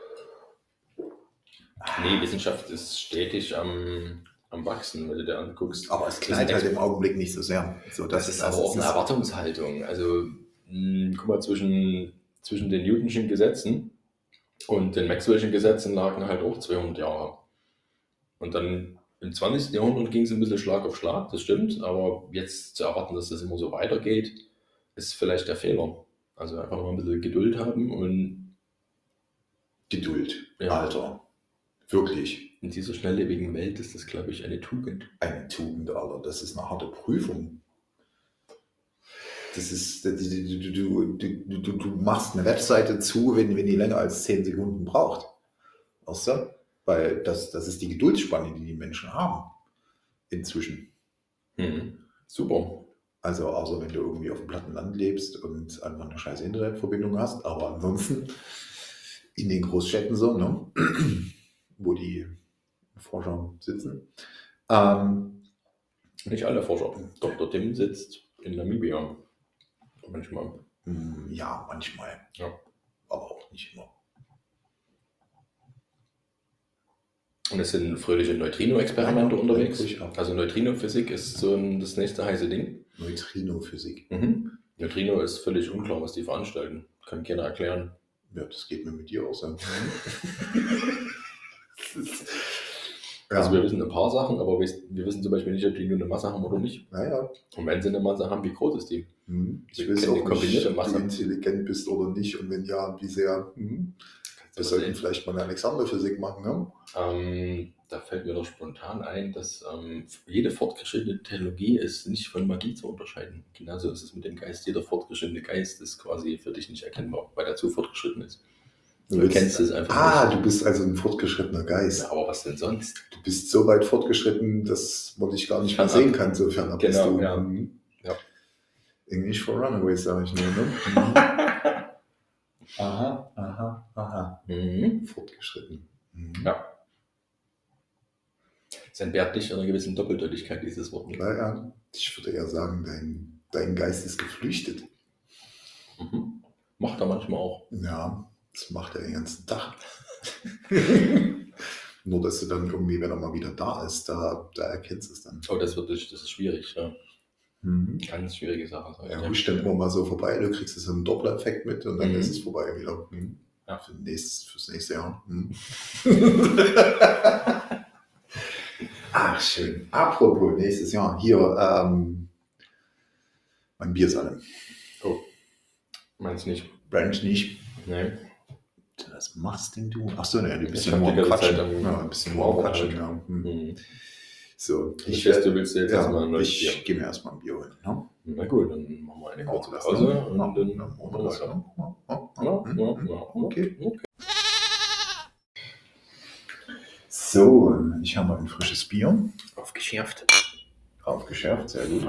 Nee, Wissenschaft ist stetig am Wachsen, wenn du dir anguckst. Aber es knallt halt im Augenblick nicht so sehr. So, das ist aber auch eine Erwartungshaltung. Also, guck mal, zwischen den Newtonschen Gesetzen und den Maxwell'schen Gesetzen lagen halt auch 200 Jahre. Und dann im 20. Jahrhundert ging es ein bisschen Schlag auf Schlag, das stimmt. Aber jetzt zu erwarten, dass das immer so weitergeht, ist vielleicht der Fehler. Also einfach mal ein bisschen Geduld haben und... Geduld, Alter. Wirklich. In dieser schnelllebigen Welt ist das, glaube ich, eine Tugend. Eine Tugend, Alter. Das ist eine harte Prüfung. Das ist, du machst eine Webseite zu, wenn die länger als 10 Sekunden braucht. Weißt du? Weil das ist die Geduldsspanne, die Menschen haben. Inzwischen. Super. Also außer wenn du irgendwie auf dem platten Land lebst und einfach eine scheiß Internetverbindung hast. Aber ansonsten in den Großstädten so, ne? Wo die Forscher sitzen. Nicht alle Forscher. Dr. Tim sitzt in Namibia. Manchmal. Ja, manchmal. Ja. Aber auch nicht immer. Und es sind fröhliche Neutrino-Experimente unterwegs. Also Neutrino-Physik ist so das nächste heiße Ding. Neutrino-Physik. Neutrino ist völlig unklar, was die veranstalten. Kann keiner erklären. Ja, das geht mir mit dir auch so. Also wir wissen ein paar Sachen, aber wir wissen zum Beispiel nicht, ob die nur eine Masse haben oder nicht. Naja. Und wenn sie eine Masse haben, wie groß ist die? Ich weiß auch nicht, ob du intelligent bist oder nicht und wenn ja, wie sehr. Wir sollten vielleicht mal eine Alexander-Physik machen, ne? Da fällt mir doch spontan ein, dass jede fortgeschrittene Technologie ist nicht von Magie zu unterscheiden. Genauso ist es mit dem Geist. Jeder fortgeschrittene Geist ist quasi für dich nicht erkennbar, weil er zu fortgeschritten ist. Du kennst es einfach nicht. Du bist also ein fortgeschrittener Geist. Ja, aber was denn sonst? Du bist so weit fortgeschritten, dass man dich gar nicht mehr sehen kann, sofern bist du. Ja. English for Runaways, sage ich nur, ne? Aha. Fortgeschritten. Ja. Es entbehrt nicht einer gewissen Doppeldeutigkeit, dieses Wort. Ja. Ich würde eher sagen, dein Geist ist geflüchtet. Macht er manchmal auch. Ja, das macht er den ganzen Tag. Nur, dass du dann irgendwie, wenn er mal wieder da ist, da erkennst du es dann. Oh, das ist schwierig, ja. Ganz schwierige Sache. Ja, huscht dann immer mal so vorbei, du kriegst so einen Doppler-Effekt mit und dann ist es vorbei wieder. Ja. Fürs nächste Jahr. Ach, schön. Apropos nächstes Jahr. Hier, mein Bier ist alle. Oh. Meinst du nicht? Branch nicht. Nee. Was machst denn du? Achso, ne, du bist ja nur am Quatschen. Ja, ein bisschen nur am Quatschen, ja. So, du willst jetzt erstmal ein neues Bier. Ich gehe mir erstmal ein Bier holen. Ne? Na gut, dann machen wir eine kurze Pause und dann machen wir weiter. Okay. So, ich habe ein frisches Bier. Aufgeschärft, sehr gut.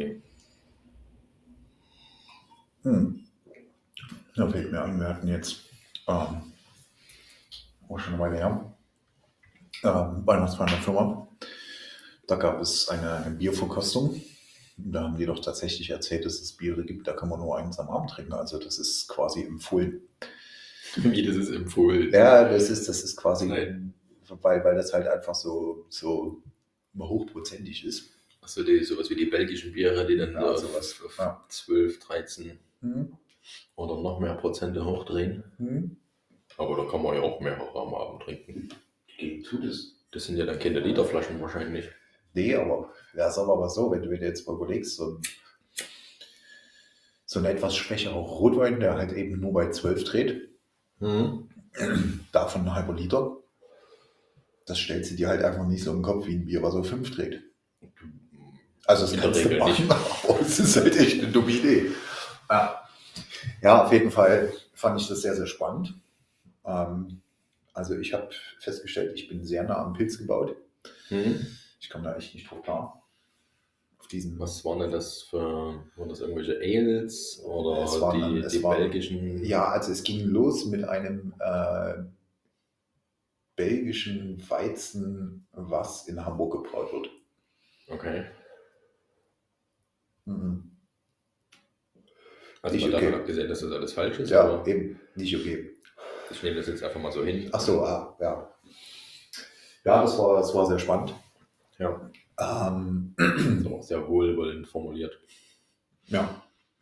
Da fällt mir ein, wir hatten jetzt auch schon eine Weile her, Weihnachtsfeier in der Firma. Da gab es eine Bierverkostung. Da haben die doch tatsächlich erzählt, dass es Biere gibt, da kann man nur eins am Abend trinken. Also das ist quasi empfohlen. Wie, das ist empfohlen? Ja, das ist quasi, weil das halt einfach so hochprozentig ist. Achso, sowas wie die belgischen Biere, die dann sowas auf 12, 13 oder noch mehr Prozente hochdrehen. Aber da kann man ja auch mehrere am Abend trinken. Das sind ja dann keine Literflaschen wahrscheinlich. Nee, aber das ist aber so, wenn du dir jetzt mal überlegst, so ein etwas schwächerer Rotwein, der halt eben nur bei 12 dreht, davon ein halber Liter, das stellst du dir halt einfach nicht so im Kopf wie ein Bier, was auf 5 dreht. Also das kannst du machen, aber es ist halt echt eine dumme Idee. Ja. Ja, auf jeden Fall fand ich das sehr, sehr spannend. Also ich habe festgestellt, ich bin sehr nah am Pilz gebaut. Ich komme da echt nicht drauf klar. Auf diesen, Was waren denn das für, waren das irgendwelche Ales oder es waren, die es waren, belgischen? ja, also es ging los mit einem belgischen Weizen, was in Hamburg gebraut wird. Okay. Mhm. Also Nicht mal davon okay. abgesehen, dass das alles falsch ist, Ja, aber eben, nicht okay. ich nehme das jetzt einfach mal so hin. Ach so, ja. Ja, das war sehr spannend. Ja. So. Sehr wohlwollend formuliert. Ja.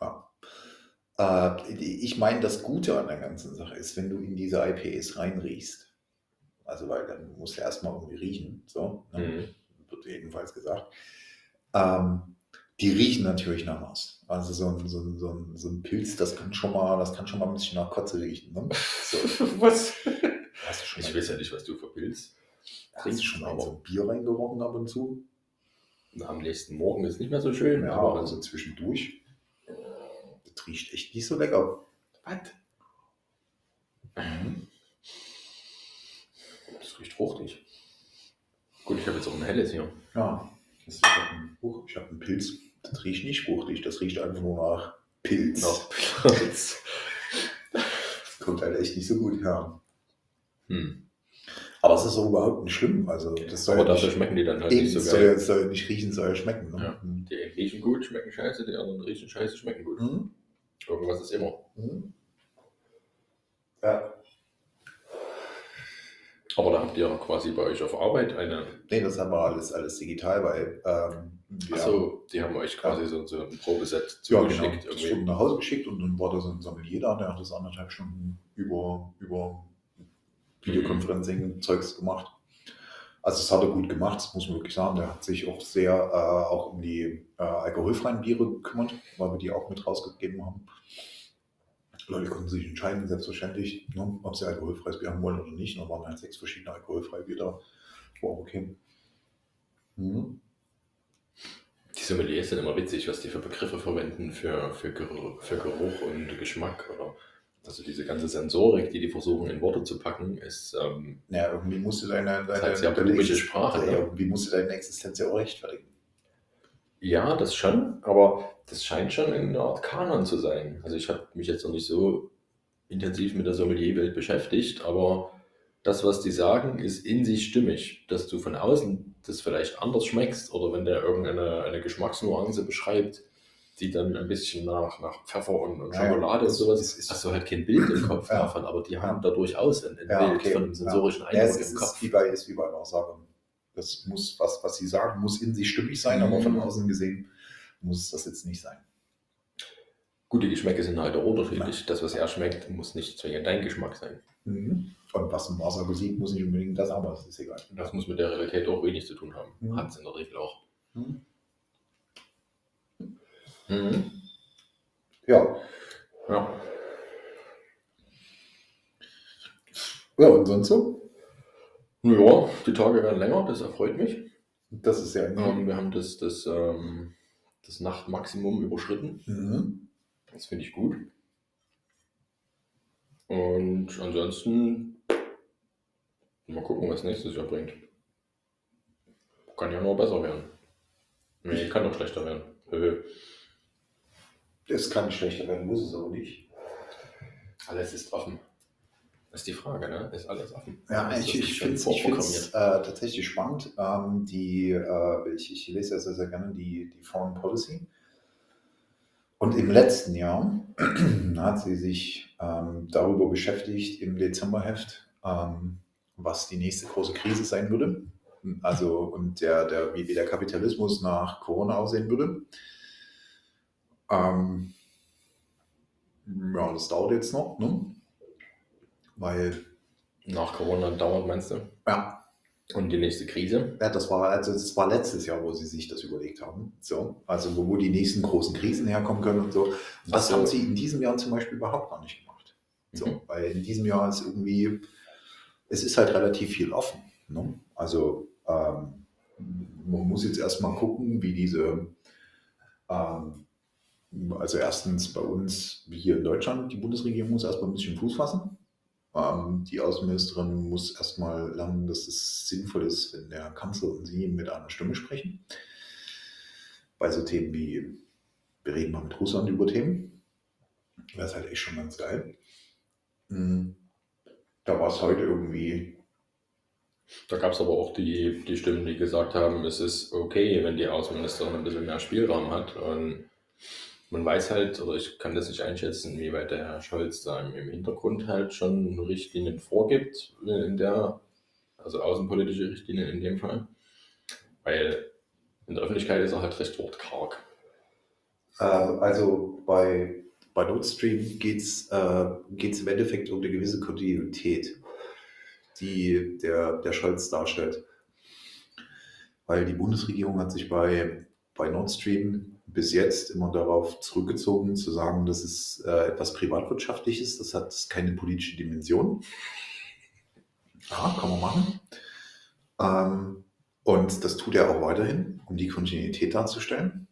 Ich meine, das Gute an der ganzen Sache ist, wenn du in diese IPAs reinriechst, also weil dann musst du erstmal irgendwie riechen, so, ne? Wird jedenfalls gesagt. Die riechen natürlich nach was. Also so ein Pilz, das kann schon mal ein bisschen nach Kotze riechen. Ne? So. Was? Hast du schon Ich weiß ja nicht, was du für Pilz Hast du schon mal in so ein Bier reingerochen ab und zu? Am nächsten Morgen ist nicht mehr so schön. Ja, aber so zwischendurch. Das riecht echt nicht so lecker. Was? Das riecht fruchtig. Gut, ich habe jetzt auch ein helles hier. Ja, ich habe einen Pilz. Das riecht nicht fruchtig, das riecht einfach nur nach Pilz. Nach Pilz. Das kommt halt echt nicht so gut her. Aber es ist auch überhaupt nicht schlimm. Also das soll aber dafür schmecken die dann halt nicht so geil. Es soll nicht riechen, soll ja schmecken. Ne? Ja. Die einen riechen gut, schmecken scheiße, die anderen riechen scheiße, schmecken gut. Irgendwas ist immer. Ja. Aber da habt ihr quasi bei euch auf Arbeit eine. Nee, das haben wir alles digital, weil. Achso, die haben euch quasi so ein Probeset zugeschickt. Ja, genau. Das wurde nach Hause geschickt und dann war da so ein Sommelier da, der hat das 1,5 Stunden über Videoconferencing-Zeugs gemacht. Also das hat er gut gemacht, das muss man wirklich sagen. Der hat sich auch sehr auch um die alkoholfreien Biere gekümmert, weil wir die auch mit rausgegeben haben. Leute konnten sich entscheiden, selbstverständlich, ne, ob sie alkoholfreies Bier haben wollen oder nicht. Da waren halt 6 verschiedene alkoholfreie Bier da. War auch okay. Die Sommeliers sind immer witzig, was die für Begriffe verwenden für Geruch und Geschmack. Oder also diese ganze Sensorik, die versuchen in Worte zu packen, ist ja, irgendwie musst du deine sehr blumige Sprache. Ja, irgendwie musst du deine Existenz ja auch rechtfertigen. Ja, das schon, aber das scheint schon eine Art Kanon zu sein. Also ich habe mich jetzt noch nicht so intensiv mit der Sommelierwelt beschäftigt, aber das, was die sagen, ist in sich stimmig. Dass du von außen das vielleicht anders schmeckst oder wenn der irgendeine Geschmacksnuance beschreibt, die dann ein bisschen nach Pfeffer und Schokolade und sowas, hast du halt kein Bild im Kopf davon, aber die haben da durchaus ein Bild von einem sensorischen Eindruck im Kopf. Ist wie bei Aussagen. Das muss, was sie sagen, muss in sich stimmig sein, aber von außen gesehen muss das jetzt nicht sein. Gut, die Geschmäcke sind halt auch unterschiedlich. Ja. Das, was er schmeckt, muss nicht zwingend dein Geschmack sein. Und was ein Wahrsager sieht, muss nicht unbedingt das, aber es ist egal. Das muss mit der Realität auch wenig zu tun haben. Hat es in der Regel auch. Ja. Ja, und sonst so? Ja, die Tage werden länger, das erfreut mich. Das ist ja wir haben das Nachtmaximum überschritten. Das finde ich gut. Und ansonsten mal gucken, was nächstes Jahr bringt. Kann ja nur besser werden. Nee, kann noch schlechter werden. Es kann schlechter werden, muss es aber nicht. Alles ist offen. Das ist die Frage, ne? Ist alles offen? Ja, ich finde es tatsächlich spannend. Ich lese ja sehr, sehr gerne die Foreign Policy. Und im letzten Jahr hat sie sich darüber beschäftigt im Dezemberheft, was die nächste große Krise sein würde. Also und wie der Kapitalismus nach Corona aussehen würde. Ja, das dauert jetzt noch, ne? Weil nach Corona dauert, meinst du? Ja. Und die nächste Krise? Ja, das war letztes Jahr, wo sie sich das überlegt haben. So, also wo die nächsten großen Krisen herkommen können und so. Das haben sie in diesem Jahr zum Beispiel überhaupt noch nicht gemacht. So, weil in diesem Jahr ist irgendwie, es ist halt relativ viel offen. Ne? Also man muss jetzt erstmal gucken, wie diese Also erstens bei uns hier in Deutschland, die Bundesregierung muss erstmal ein bisschen Fuß fassen. Die Außenministerin muss erstmal lernen, dass es sinnvoll ist, wenn der Kanzler und sie mit einer Stimme sprechen. Bei so Themen wie, wir reden mal mit Russland über Themen. Das ist halt echt schon ganz geil. Da war es heute irgendwie. Da gab es aber auch die Stimmen, die gesagt haben, es ist okay, wenn die Außenministerin ein bisschen mehr Spielraum hat. Und man weiß halt, oder ich kann das nicht einschätzen, wie weit der Herr Scholz da im Hintergrund halt schon Richtlinien vorgibt, also außenpolitische Richtlinien in dem Fall. Weil in der Öffentlichkeit ist er halt recht wortkarg. Also bei Nord Stream geht es im Endeffekt um eine gewisse Kontinuität, die der Scholz darstellt. Weil die Bundesregierung hat sich bei Nord Stream bis jetzt immer darauf zurückgezogen, zu sagen, das ist etwas Privatwirtschaftliches, das hat keine politische Dimension. Ja, kann man machen. Und das tut er auch weiterhin, um die Kontinuität darzustellen.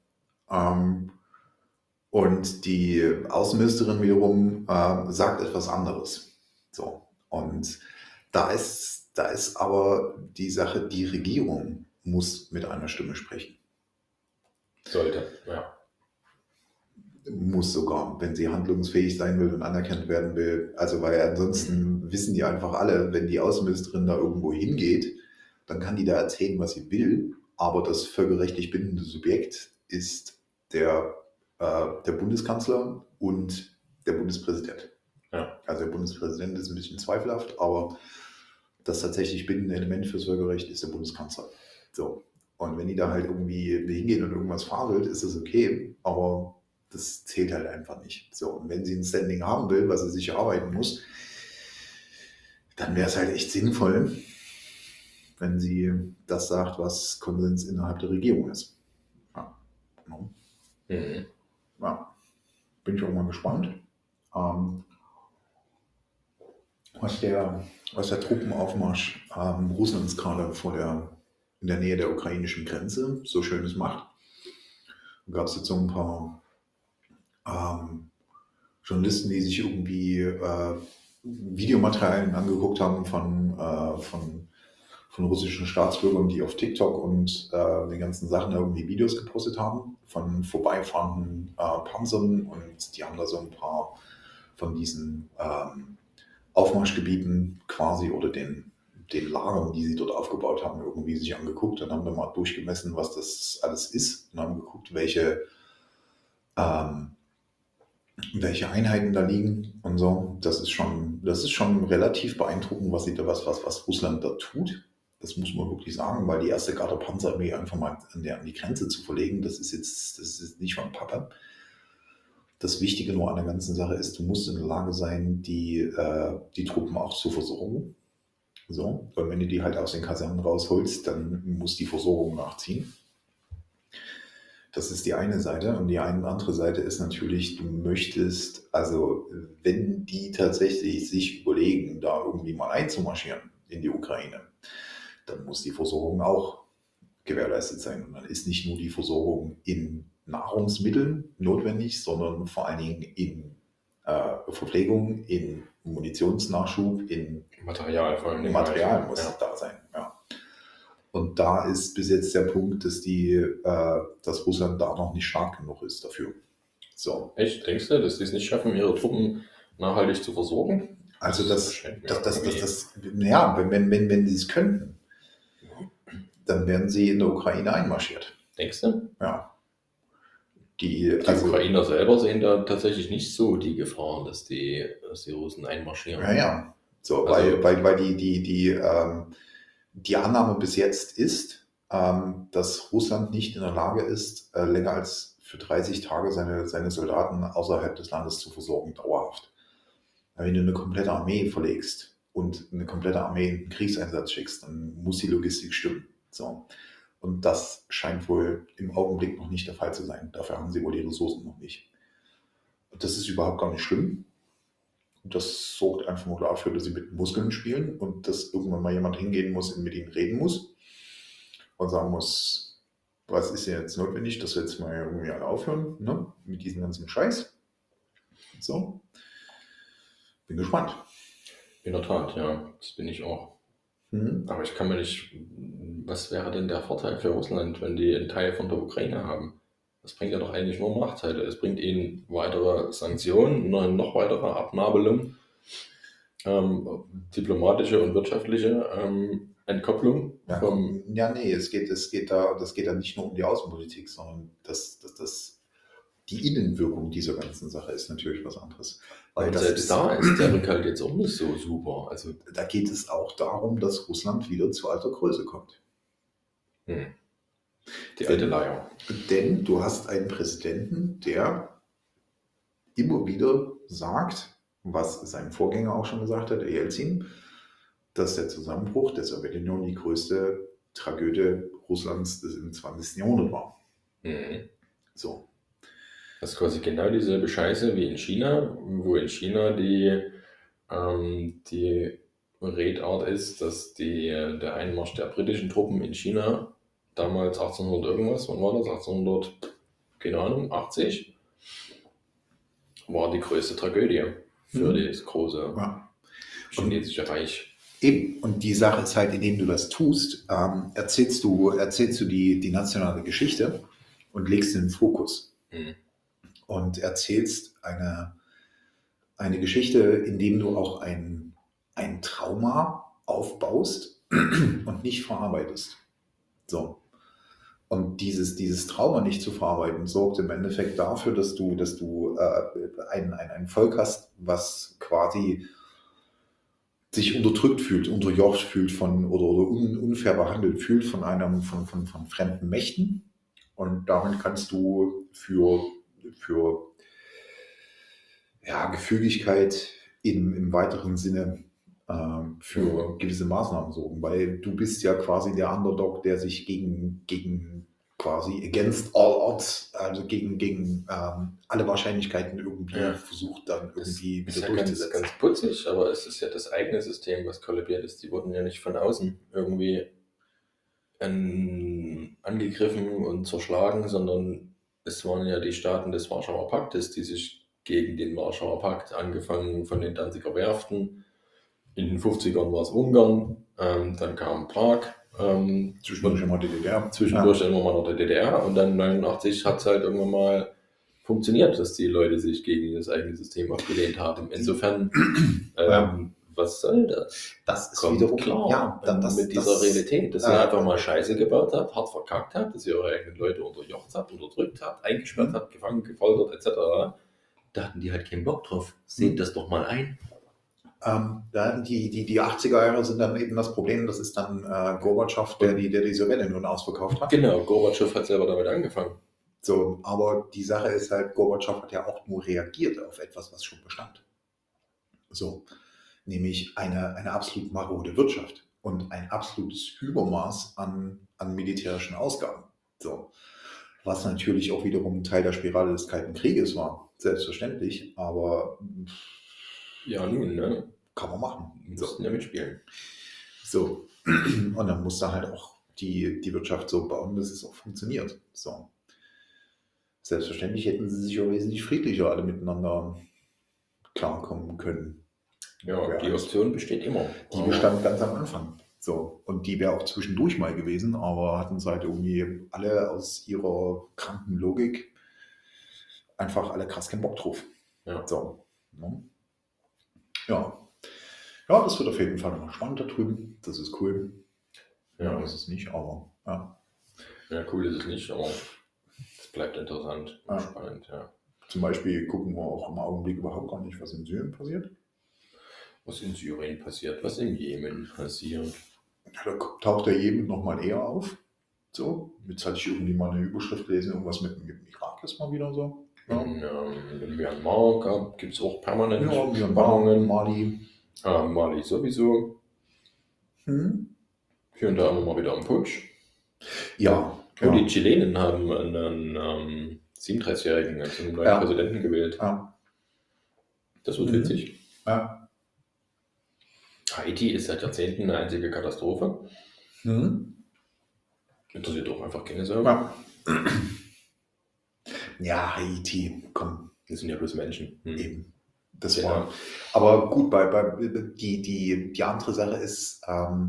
Und die Außenministerin wiederum sagt etwas anderes. So. Und da ist aber die Sache, die Regierung muss mit einer Stimme sprechen. Sollte, ja. Muss sogar, wenn sie handlungsfähig sein will und anerkannt werden will. Also, weil ansonsten wissen die einfach alle, wenn die Außenministerin da irgendwo hingeht, dann kann die da erzählen, was sie will. Aber das völkerrechtlich bindende Subjekt ist der Bundeskanzler und der Bundespräsident. Ja. Also der Bundespräsident ist ein bisschen zweifelhaft, aber das tatsächlich bindende Element fürs Völkerrecht ist der Bundeskanzler. So. Und wenn die da halt irgendwie hingehen und irgendwas faselt, ist das okay, aber das zählt halt einfach nicht. So. Und wenn sie ein Standing haben will, was sie sich erarbeiten muss, dann wäre es halt echt sinnvoll, wenn sie das sagt, was Konsens innerhalb der Regierung ist. Ja. Genau. Ja. Bin ich auch mal gespannt. Was der Truppenaufmarsch Russlands gerade in der Nähe der ukrainischen Grenze so Schönes macht. Da gab es jetzt so ein paar Journalisten, die sich irgendwie Videomaterialien angeguckt haben von russischen Staatsbürgern, die auf TikTok und den ganzen Sachen irgendwie Videos gepostet haben von vorbeifahrenden Panzern, und die haben da so ein paar von diesen Aufmarschgebieten quasi oder den Lagern, die sie dort aufgebaut haben, irgendwie sich angeguckt und haben dann mal durchgemessen, was das alles ist, und haben geguckt, welche Einheiten da liegen und so. Das ist schon relativ beeindruckend, was Russland da tut. Das muss man wirklich sagen, weil die erste Garde Panzerarmee einfach mal an die Grenze zu verlegen, das ist nicht von Pappe. Das Wichtige nur an der ganzen Sache ist, du musst in der Lage sein, die Truppen auch zu versorgen. So, und wenn du die halt aus den Kasernen rausholst, dann muss die Versorgung nachziehen. Das ist die eine Seite. Und die andere Seite ist natürlich, du möchtest, also wenn die tatsächlich sich überlegen, da irgendwie mal einzumarschieren in die Ukraine, dann muss die Versorgung auch gewährleistet sein. Und dann ist nicht nur die Versorgung in Nahrungsmitteln notwendig, sondern vor allen Dingen in Verpflegung, in Munitionsnachschub, in Material vor allem. Material muss da sein. Ja. Und da ist bis jetzt der Punkt, dass Russland da noch nicht stark genug ist dafür. So. Echt? Denkst du, dass sie es nicht schaffen, ihre Truppen nachhaltig zu versorgen? Also ja, wenn sie es könnten, dann werden sie in der Ukraine einmarschiert. Denkst du? Ja. Die Ukrainer selber sehen da tatsächlich nicht so die Gefahr, dass die Russen einmarschieren. Ja. So, also, weil die Annahme bis jetzt ist, dass Russland nicht in der Lage ist, länger als für 30 Tage seine Soldaten außerhalb des Landes zu versorgen, dauerhaft. Wenn du eine komplette Armee verlegst und eine komplette Armee in einen Kriegseinsatz schickst, dann muss die Logistik stimmen. So. Und das scheint wohl im Augenblick noch nicht der Fall zu sein. Dafür haben sie wohl die Ressourcen noch nicht. Und das ist überhaupt gar nicht schlimm. Das sorgt einfach nur dafür, dass sie mit Muskeln spielen und dass irgendwann mal jemand hingehen muss und mit ihnen reden muss und sagen muss, was ist jetzt notwendig, dass wir jetzt mal irgendwie alle aufhören, ne? Mit diesem ganzen Scheiß. So. Bin gespannt. In der Tat, ja, das bin ich auch. Aber ich kann mir nicht, was wäre denn der Vorteil für Russland, wenn die einen Teil von der Ukraine haben? Das bringt ja doch eigentlich nur Nachteile. Es bringt ihnen weitere Sanktionen, eine noch weitere Abnabelung, diplomatische und wirtschaftliche Entkopplung vom. Ja, nee, das geht da nicht nur um die Außenpolitik, sondern die Innenwirkung dieser ganzen Sache ist natürlich was anderes. Weil Und das selbst ist, da ist der Rückhalt jetzt auch nicht so super. Also, da geht es auch darum, dass Russland wieder zu alter Größe kommt. die alte Leier. Denn du hast einen Präsidenten, der immer wieder sagt, was sein Vorgänger auch schon gesagt hat, der Jelzin, dass der Zusammenbruch der Sowjetunion die größte Tragödie Russlands im 20. Jahrhundert war. So. Das ist quasi genau dieselbe Scheiße wie in China, wo in China die Redart ist, dass der Einmarsch der britischen Truppen in China damals 1800 irgendwas, wann war das? 1800, keine Ahnung, 80, war die größte Tragödie für das große chinesische Reich. Eben, und die Sache ist halt, indem du das tust, erzählst du die nationale Geschichte und legst den Fokus. Und erzählst eine Geschichte, indem du auch ein Trauma aufbaust und nicht verarbeitest. So. Und dieses Trauma nicht zu verarbeiten, sorgt im Endeffekt dafür, dass du ein Volk hast, was quasi sich unterdrückt fühlt, unterjocht fühlt oder unfair behandelt fühlt von fremden Mächten. Und damit kannst du für Gefügigkeit im weiteren Sinne für gewisse Maßnahmen sorgen, weil du bist ja quasi der Underdog, der sich gegen quasi against all odds, also gegen alle Wahrscheinlichkeiten irgendwie versucht dann irgendwie wieder durchzusetzen. Das ist ja ganz putzig, aber es ist ja das eigene System, was kollabiert ist. Die wurden ja nicht von außen irgendwie angegriffen und zerschlagen, sondern es waren ja die Staaten des Warschauer Paktes, die sich gegen den Warschauer Pakt, angefangen von den Danziger Werften. In den 50ern war es Ungarn, dann kam Prag. Zwischendurch immer DDR. Zwischendurch immer mal noch der DDR und dann 89 hat es halt irgendwann mal funktioniert, dass die Leute sich gegen das eigene System abgelehnt haben. Insofern, was soll das? Das ist wiederum klar mit dieser Realität, dass ihr einfach mal Scheiße gebaut habt, hart verkackt habt, dass ihr eure eigenen Leute unterjocht habt, unterdrückt habt, eingesperrt habt, gefangen, gefoltert etc. Da hatten die halt keinen Bock drauf. Seht das doch mal ein. Die 80er Jahre sind dann eben das Problem, das ist dann Gorbatschow, der die Sowjetunion ausverkauft hat. Genau, Gorbatschow hat selber damit angefangen. So, aber die Sache ist halt, Gorbatschow hat ja auch nur reagiert auf etwas, was schon bestand. So, nämlich eine absolut marode Wirtschaft und ein absolutes Übermaß an militärischen Ausgaben. So, was natürlich auch wiederum Teil der Spirale des Kalten Krieges war, selbstverständlich, aber ja, nun, ne? Kann man machen. Mussten ja mitspielen. So, und dann muss da halt auch die Wirtschaft so bauen, dass es auch funktioniert. So. Selbstverständlich hätten sie sich auch wesentlich friedlicher alle miteinander klarkommen können. Ja, die Option besteht immer. Die bestand ganz am Anfang. So. Und die wäre auch zwischendurch mal gewesen, aber hatten es halt irgendwie alle aus ihrer kranken Logik einfach alle krass keinen Bock drauf. Ja. So. Ja. Ja, das wird auf jeden Fall noch spannend da drüben. Das ist cool. Ja, das ist nicht, aber ja. Ja, cool ist es nicht, aber es bleibt interessant und spannend, ja. Zum Beispiel gucken wir auch im Augenblick überhaupt gar nicht, was in Syrien passiert. Was in Syrien passiert, was im Jemen passiert. Ja, da taucht der Jemen nochmal eher auf. So, jetzt hatte ich irgendwie mal eine Überschrift gelesen, irgendwas mit dem Irak ist mal wieder so. Ja. In Myanmar gibt es auch permanent Spannungen. Mali. Mali sowieso. Hier und da immer mal wieder am Putsch. Ja. Und die Chilenen haben einen 37-Jährigen als neuen Präsidenten gewählt. Ja. Das wird witzig. Ja. Haiti ist seit Jahrzehnten eine einzige Katastrophe. Interessiert doch einfach keine Sau. Ja. Ja, Haiti, komm. Das sind ja bloß Menschen. Eben. Das Genau. war. Aber gut, die andere Sache ist,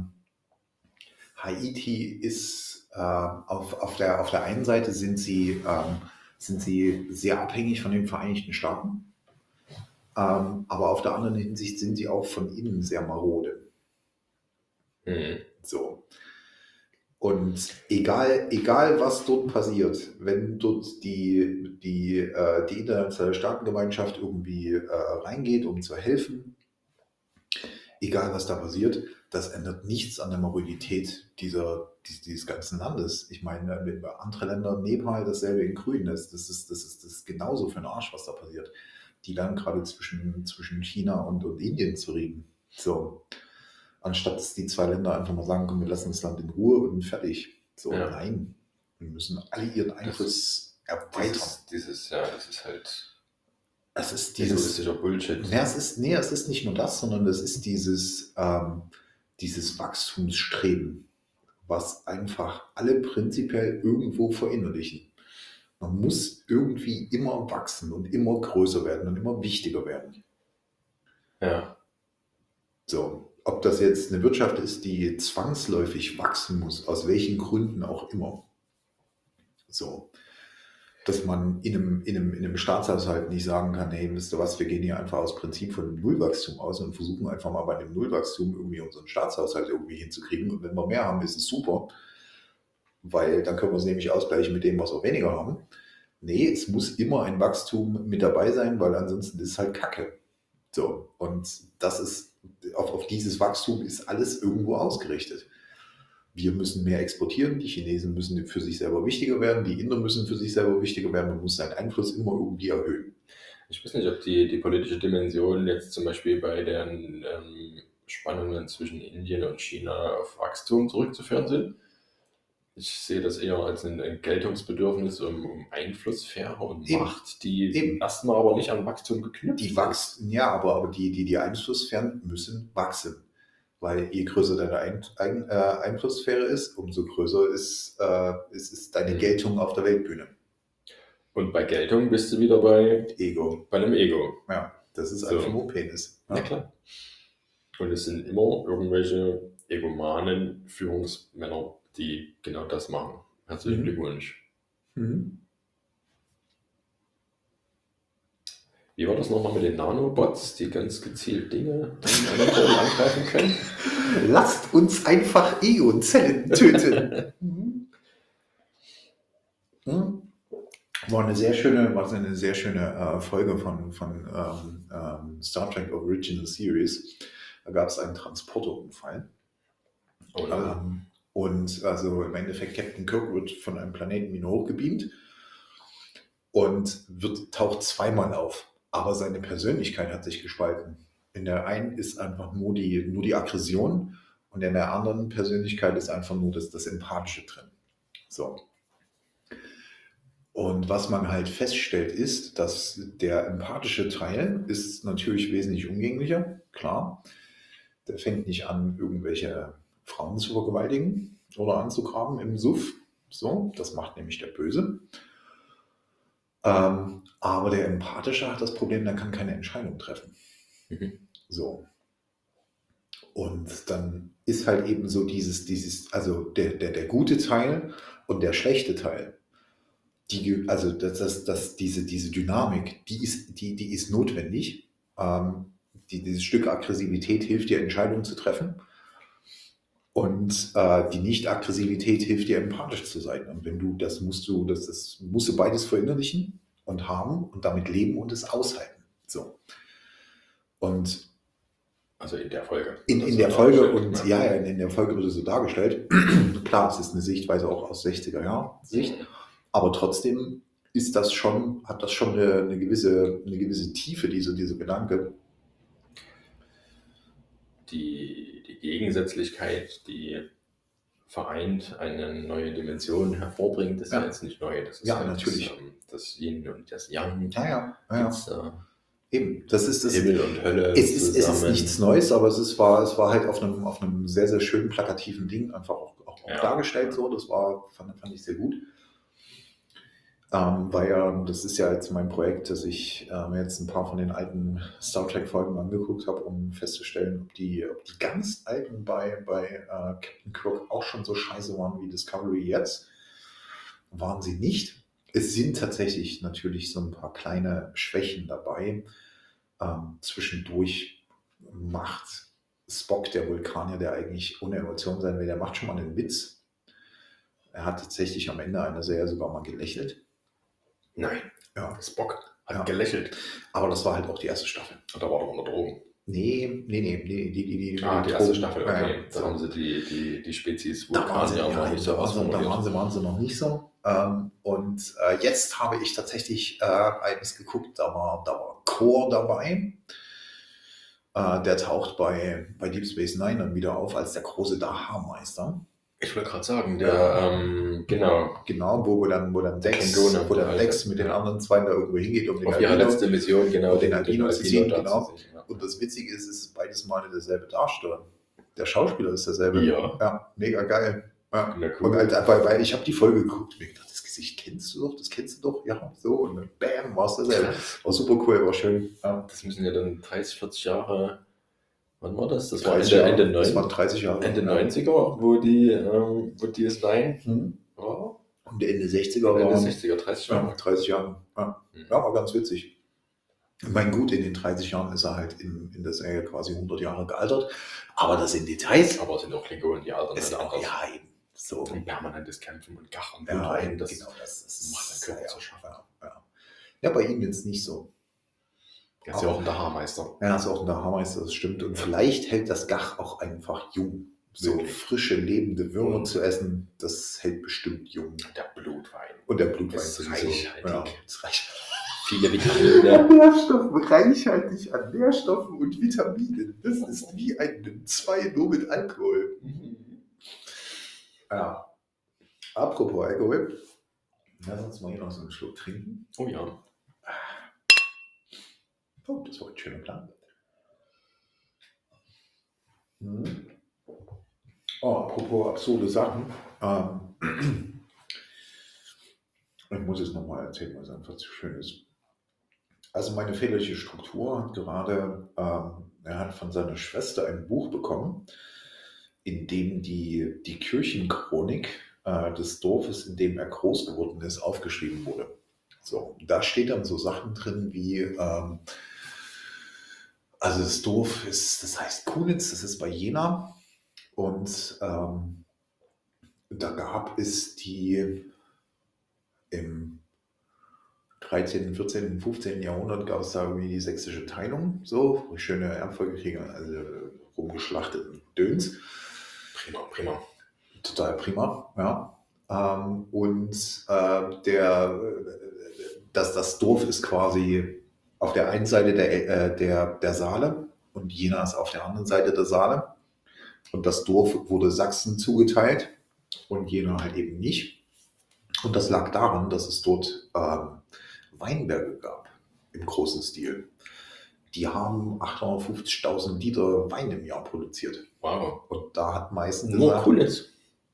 Haiti ist auf der einen Seite sind sie sehr abhängig von den Vereinigten Staaten, aber auf der anderen Hinsicht sind sie auch von innen sehr marode. So. Und egal was dort passiert, wenn dort die internationale Staatengemeinschaft irgendwie reingeht, um zu helfen, egal was da passiert, das ändert nichts an der Mobilität dieses ganzen Landes. Ich meine, andere Länder, Nepal, dasselbe in Grün, das ist genauso für den Arsch, was da passiert. Die dann gerade zwischen China und Indien zu reden. So. Anstatt dass die zwei Länder einfach mal sagen, komm, wir lassen das Land in Ruhe und fertig. So, Ja. nein. Wir müssen alle ihren Einfluss erweitern. Das ist halt. Es ist egoistischer Bullshit. Es ist nicht nur das, sondern es ist dieses Wachstumsstreben, was einfach alle prinzipiell irgendwo verinnerlichen. Man muss irgendwie immer wachsen und immer größer werden und immer wichtiger werden. Ja. So, ob das jetzt eine Wirtschaft ist, die zwangsläufig wachsen muss, aus welchen Gründen auch immer. So, dass man in einem Staatshaushalt nicht sagen kann, hey, wisst ihr was, wir gehen hier einfach aus Prinzip von einem Nullwachstum aus und versuchen einfach mal bei einem Nullwachstum irgendwie unseren Staatshaushalt irgendwie hinzukriegen. Und wenn wir mehr haben, ist es super, weil dann können wir es nämlich ausgleichen mit dem, was wir weniger haben. Nee, es muss immer ein Wachstum mit dabei sein, weil ansonsten ist es halt Kacke. So, und das ist, auf dieses Wachstum ist alles irgendwo ausgerichtet. Wir müssen mehr exportieren, die Chinesen müssen für sich selber wichtiger werden, die Inder müssen für sich selber wichtiger werden, man muss seinen Einfluss immer irgendwie erhöhen. Ich weiß nicht, ob die politische Dimension jetzt zum Beispiel bei den Spannungen zwischen Indien und China auf Wachstum zurückzuführen sind. Ich sehe das eher als ein Geltungsbedürfnis um Einflusssphäre und Macht, die erstmal aber nicht an Wachstum geknüpft sind. Die wachsen, ja, aber die Einflusssphären müssen wachsen. Weil je größer deine Einflusssphäre ist, umso größer ist deine Geltung auf der Weltbühne. Und bei Geltung bist du wieder bei Ego. Bei einem Ego. Ja, das ist einfach nur Penis. Ja, klar. Und es sind immer irgendwelche egomanen Führungsmänner, die genau das machen. Herzlichen Glückwunsch. Wie war das nochmal mit den Nanobots, die ganz gezielt Dinge angreifen können? Lasst uns einfach Ionzellen töten. War eine sehr schöne Folge von Star Trek Original Series. Da gab es einen Transporterunfall. Oh, und also im Endeffekt Captain Kirk wird von einem Planeten wieder hochgebeamt und taucht zweimal auf. Aber seine Persönlichkeit hat sich gespalten. In der einen ist einfach nur die Aggression und in der anderen Persönlichkeit ist einfach nur das Empathische drin. So. Und was man halt feststellt ist, dass der empathische Teil ist natürlich wesentlich umgänglicher, klar. Der fängt nicht an, irgendwelche Frauen zu vergewaltigen oder anzugraben im Suff. So, das macht nämlich der Böse. Aber der Empathische hat das Problem, der kann keine Entscheidung treffen. So. Und dann ist halt eben so also der gute Teil und der schlechte Teil. Diese Dynamik, die ist notwendig. Dieses Stück Aggressivität hilft dir, Entscheidungen zu treffen. Und die Nicht-Aggressivität hilft dir, empathisch zu sein. Und wenn du das musst du beides verinnerlichen und haben und damit leben und es aushalten. So. Und also in der Folge. In der Folge und in der Folge wird es so dargestellt. Klar, es ist eine Sichtweise auch aus 60er Jahren Sicht, aber trotzdem hat das schon eine gewisse Tiefe, diese Gedanke. Die Gegensätzlichkeit, die vereint, eine neue Dimension hervorbringt, ist ja jetzt nicht neu. Das ist ja natürlich das Yin und das Yang. Ja. Eben, das ist das. Himmel und Hölle. Es ist nichts Neues, aber es war halt auf einem sehr, sehr schönen plakativen Ding einfach auch dargestellt. So, das fand ich sehr gut. Weil ja, das ist ja jetzt mein Projekt, dass ich mir jetzt ein paar von den alten Star Trek-Folgen angeguckt habe, um festzustellen, ob die ganz alten bei Captain Kirk auch schon so scheiße waren wie Discovery jetzt. Waren sie nicht. Es sind tatsächlich natürlich so ein paar kleine Schwächen dabei. Zwischendurch macht Spock, der Vulkanier, der eigentlich ohne Emotion sein will, der macht schon mal einen Witz. Er hat tatsächlich am Ende einer Serie sogar mal gelächelt. Nein, ja. Spock hat gelächelt. Aber das war halt auch die erste Staffel. Und da war doch unter Drogen. Nee. Die erste Staffel, okay. Ja, da haben sie die Spezies Vulkanier noch nicht so ausformuliert. Da waren sie noch nicht so. Und jetzt habe ich tatsächlich eines geguckt, da war Core dabei. Der taucht bei Deep Space Nine dann wieder auf als der große Dahar-Meister. Ich wollte gerade sagen, genau, wo dann Dex mit den anderen zwei da irgendwo hingeht, um auf ihre letzte Mission, den Albino zu ziehen, genau. Und das Witzige ist, es ist beides Mal derselbe Darsteller. Der Schauspieler ist derselbe. Ja, mega geil. Ja. Cool. Und halt einfach, weil ich habe die Folge geguckt und mir gedacht, das Gesicht kennst du doch, ja, so, und dann bam, war es derselbe. War super cool, war schön. Ja. Das müssen ja dann 30, 40 Jahre. Wann war das? Das war Ende 30 Jahre. Ende 90er, wo die es Line war. Und Ende 60er Ende 60er, 30 Jahre. Ja, 30 Jahre. Ja. War ganz witzig. Ich meine, gut, in den 30 Jahren ist er halt in der Serie quasi 100 Jahre gealtert. Aber das sind Details. Aber es sind auch Klingonen, die altern dann auch. Ja, eben. So. Ein permanentes Kämpfen und Gachen. Ja, das macht der Körper zu schaffen. Ja, bei ihm jetzt nicht so. Er ist ja auch ein Dahar-Meister. Ja, ist auch ein Dahar-Meister, das stimmt. Und vielleicht hält das Gach auch einfach jung. So frische, lebende Würmer zu essen, das hält bestimmt jung. Und der Blutwein ist reichhaltig. Ja. Viele Vitamine. Reichhaltig an Nährstoffen und Vitaminen. Das ist wie ein 2 nur mit Alkohol. Ja. Apropos Alkohol. Lass uns mal hier noch so einen Schluck trinken. Oh ja. Oh, das war ein schöner Plan. Oh, apropos absurde Sachen. Ich muss es nochmal erzählen, weil es einfach zu schön ist. Also meine väterliche Struktur hat gerade, er hat von seiner Schwester ein Buch bekommen, in dem die Kirchenchronik des Dorfes, in dem er groß geworden ist, aufgeschrieben wurde. So, da steht dann so Sachen drin wie, also das Dorf das heißt Kunitz, das ist bei Jena. Und da gab es im 13., 14., 15. Jahrhundert gab es da irgendwie die sächsische Teilung, so, schöne Erbfolgekriege, also rumgeschlachtet und Döns. Prima. Total prima, ja. Und das Dorf ist quasi auf der einen Seite der Saale und Jena ist auf der anderen Seite der Saale. Und das Dorf wurde Sachsen zugeteilt und Jena halt eben nicht. Und das lag daran, dass es dort Weinberge gab im großen Stil. Die haben 850.000 Liter Wein im Jahr produziert. Wow. Und da hat Meißen nur Kunitz.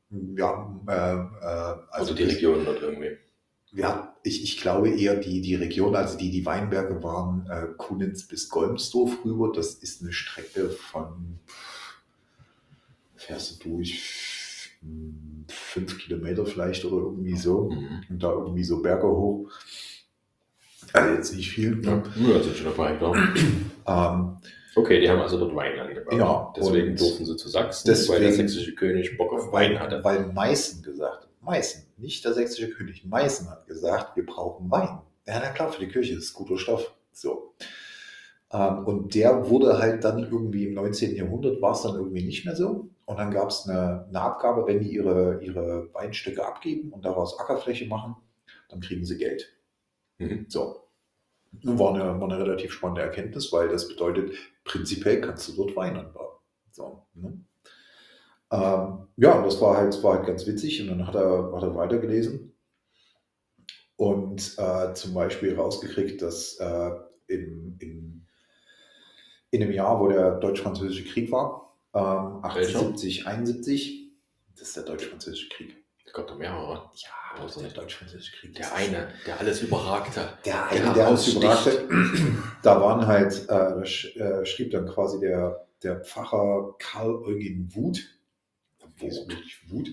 Ja, also die Region dort irgendwie. Ja, ich glaube eher die Region, also die Weinberge waren Kunitz bis Golmsdorf rüber. Das ist eine Strecke von, fährst du durch 5 Kilometer vielleicht oder irgendwie so. Und da irgendwie so Berge hoch. Also jetzt nicht viel. Ja, das ist schon dabei, klar. Okay, die haben also dort Wein angebaut. Ja, deswegen durften sie zu Sachsen, weil der sächsische König Bock auf Wein hatte. Weil Meißen, nicht der sächsische König, Meißen hat gesagt, wir brauchen Wein. Ja, na klar, für die Kirche ist es guter Stoff. So. Und der wurde halt dann irgendwie im 19. Jahrhundert, war es dann irgendwie nicht mehr so. Und dann gab es eine Abgabe, wenn die ihre Weinstücke abgeben und daraus Ackerfläche machen, dann kriegen sie Geld. So. Nun war eine relativ spannende Erkenntnis, weil das bedeutet, prinzipiell kannst du dort Wein anbauen. So, ne? Ja, das war halt ganz witzig und dann hat er weitergelesen und zum Beispiel rausgekriegt, dass in einem Jahr, wo der Deutsch-Französische Krieg war, 1870, 71, Das ist der Deutsch-Französische Krieg. Es gab da mehrere. Ja, das ist der Deutsch-Französische Krieg. Der eine, der alles überragte. Der alles überragte. Da waren halt, schrieb dann quasi der Pfarrer Karl Eugen Wuth. Wuth.